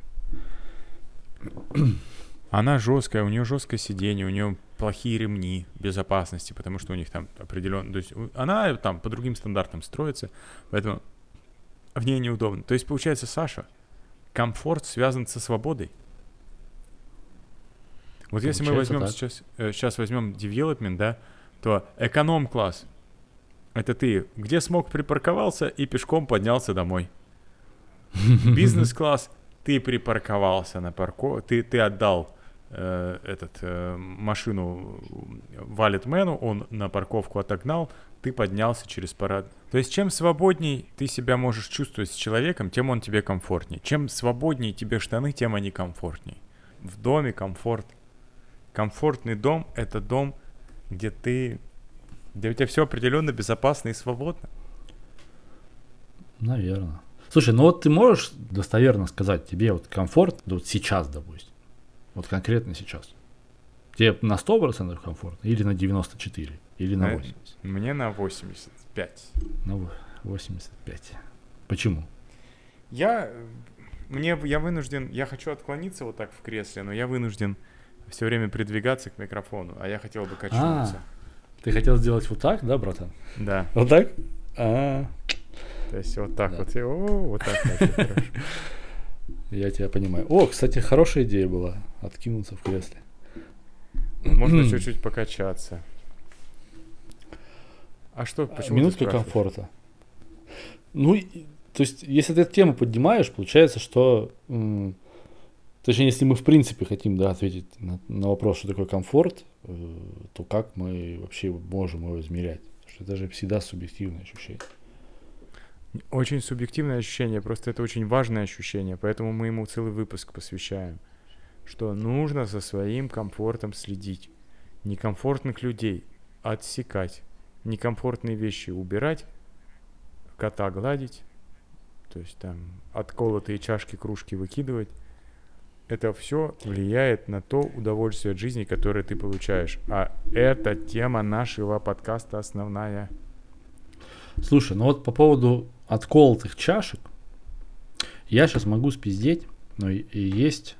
Она жесткая, у нее жесткое сиденье, у нее плохие ремни безопасности, потому что у них там определенно... То есть она там по другим стандартам строится, поэтому в ней неудобно. То есть получается, Саша, комфорт связан со свободой. Вот получается, если мы возьмем сейчас возьмем development, да, то эконом-класс — это ты где смог припарковался и пешком поднялся домой. Бизнес-класс — ты припарковался на парковке, ты отдал машину валетмену, он на парковку отогнал, ты поднялся через парад. То есть чем свободней ты себя можешь чувствовать с человеком, тем он тебе комфортней. Чем свободнее тебе штаны, тем они комфортней. В доме комфорт. Комфортный дом — это дом, где у тебя все определенно безопасно и свободно. Наверное. Слушай, ну вот ты можешь достоверно сказать, тебе вот комфорт, вот сейчас, допустим, вот конкретно сейчас, тебе на 100% комфортно или на 94%, или на 80%? Мне на 85%. На 85%. Почему? Я вынужден, я хочу отклониться вот так в кресле, но я вынужден все время придвигаться к микрофону, а я хотел бы качнуться. Ты хотел сделать вот так, да, братан? Да. Вот так? То есть вот так, да. Вот так. Хорошо. Я тебя понимаю. О, кстати, хорошая идея была откинуться в кресле. Можно чуть-чуть покачаться. А что, почему минутка комфорта. Ну, то есть, если ты эту тему поднимаешь, получается, что... Точнее, если мы в принципе хотим, да, ответить на вопрос, что такое комфорт, то как мы вообще можем его измерять? Потому что это же всегда субъективное ощущение. Очень субъективное ощущение, просто это очень важное ощущение, поэтому мы ему целый выпуск посвящаем, что нужно за своим комфортом следить, некомфортных людей отсекать, некомфортные вещи убирать, кота гладить, то есть там отколотые чашки, кружки выкидывать. Это все влияет на то удовольствие от жизни, которое ты получаешь. А это тема нашего подкаста основная. Слушай, ну вот по поводу отколотых чашек, я сейчас могу спиздеть, но и есть,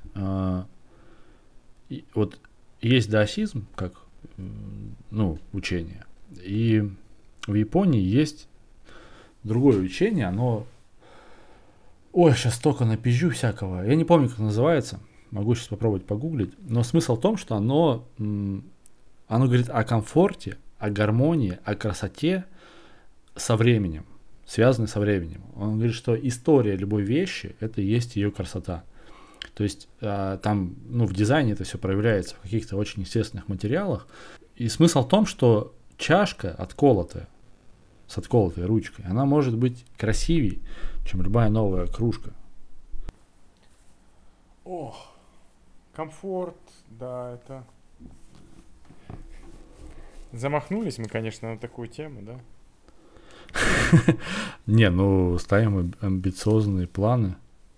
вот есть даосизм, как, ну, учение, и в Японии есть другое учение, оно Ой, сейчас столько напизжу всякого. Я не помню, как называется. Могу сейчас попробовать погуглить. Но смысл в том, что оно говорит о комфорте, о гармонии, о красоте со временем, связанной со временем. Он говорит, что история любой вещи – это и есть ее красота. То есть там, в дизайне это все проявляется в каких-то очень естественных материалах. И смысл в том, что чашка отколотая, с отколотой ручкой, она может быть красивее, чем любая новая кружка. Ох, комфорт, да, это... Замахнулись мы, конечно, на такую тему, да? Не, ставим амбициозные планы.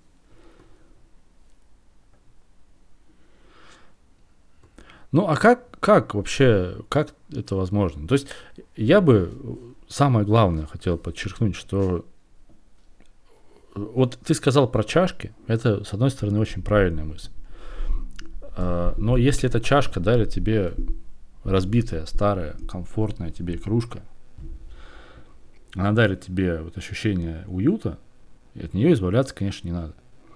А как вообще, как это возможно? То есть я бы самое главное хотел подчеркнуть, что вот ты сказал про чашки, это, с одной стороны, очень правильная мысль. Но если эта чашка дарит тебе разбитая, старая, комфортная тебе кружка, она дарит тебе вот ощущение уюта, и от нее избавляться, конечно, не надо.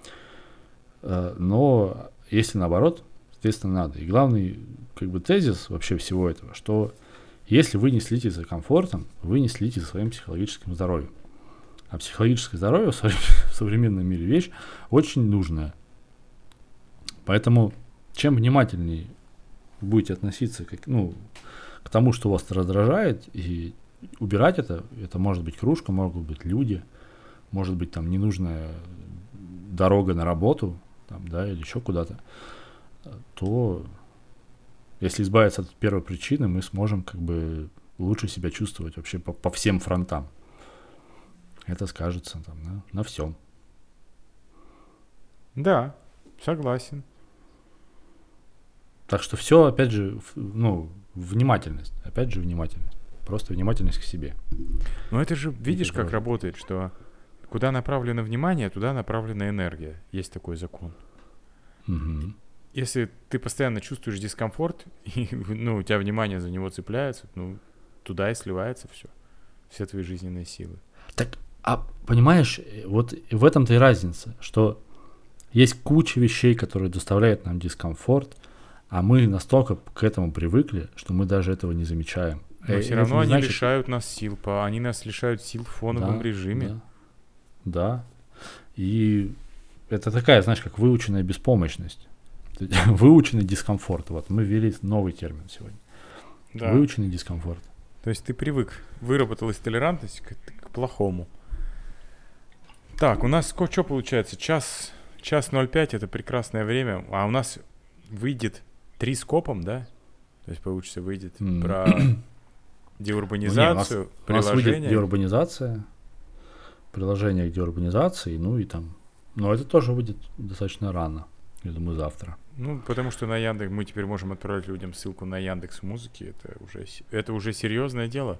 Но если наоборот, естественно, надо. И главный тезис вообще всего этого, что если вы не следите за комфортом, вы не следите за своим психологическим здоровьем. А психологическое здоровье в современном мире вещь очень нужная. Поэтому чем внимательнее будете относиться к тому, что вас раздражает, и убирать это может быть кружка, могут быть люди, может быть там ненужная дорога на работу, или еще куда-то, то если избавиться от первой причины, мы сможем лучше себя чувствовать вообще по всем фронтам. Это скажется на всем. Да, согласен. Так что все, опять же, внимательность. Опять же, внимательность. Просто внимательность к себе. Но это же, видишь, как работает, что куда направлено внимание, туда направлена энергия. Есть такой закон. Угу. Если ты постоянно чувствуешь дискомфорт, и у тебя внимание за него цепляется, туда и сливается все твои жизненные силы. Так, понимаешь, вот в этом-то и разница, что есть куча вещей, которые доставляют нам дискомфорт, а мы настолько к этому привыкли, что мы даже этого не замечаем. Но все равно они лишают нас сил, они нас лишают сил в фоновом режиме. Да. И это такая, знаешь, как выученная беспомощность. Выученный дискомфорт. Вот мы ввели новый термин сегодня. Да. Выученный дискомфорт. То есть ты привык, выработалась толерантность к плохому. Так, у нас что получается? Час 05 это прекрасное время, а у нас выйдет 3 скопом, да? То есть выйдет про деурбанизацию, у нас выйдет деурбанизация, приложение к деурбанизации, но это тоже выйдет достаточно рано. Я думаю, завтра. Потому что на Яндекс мы теперь можем отправлять людям ссылку на Яндекс.Музыки. Это уже серьезное дело.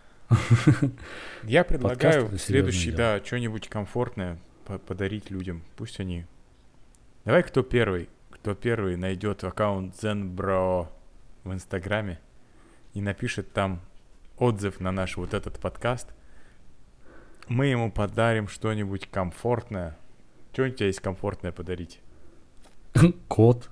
Я предлагаю следующий, что-нибудь комфортное подарить людям. Пусть они... Давай, кто первый найдет аккаунт ZenBro в Инстаграме и напишет там отзыв на наш вот этот подкаст, мы ему подарим что-нибудь комфортное. Что у тебя есть комфортное подарить? Кот.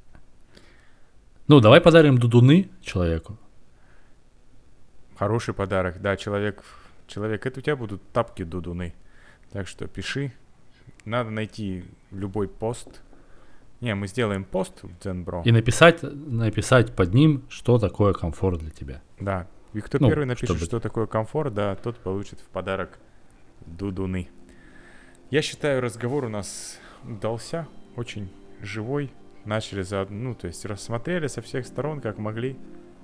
Давай подарим дудуны человеку. Хороший подарок, да, человек, это у тебя будут тапки-дудуны. Так что пиши. Надо найти любой пост. Мы сделаем пост в ZenBro. И написать под ним, что такое комфорт для тебя. Да. И кто первый напишет, что такое комфорт, да, тот получит в подарок дудуны. Я считаю, разговор у нас удался. Очень живой. Начали то есть рассмотрели со всех сторон, как могли.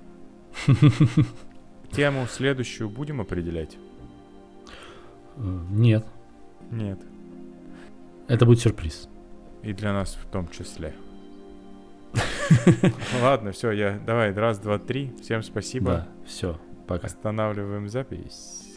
Тему следующую будем определять? Нет. Это будет сюрприз. И для нас в том числе. Ладно, все, давай, 1, 2, 3. Всем спасибо. Да, все, пока. Останавливаем запись.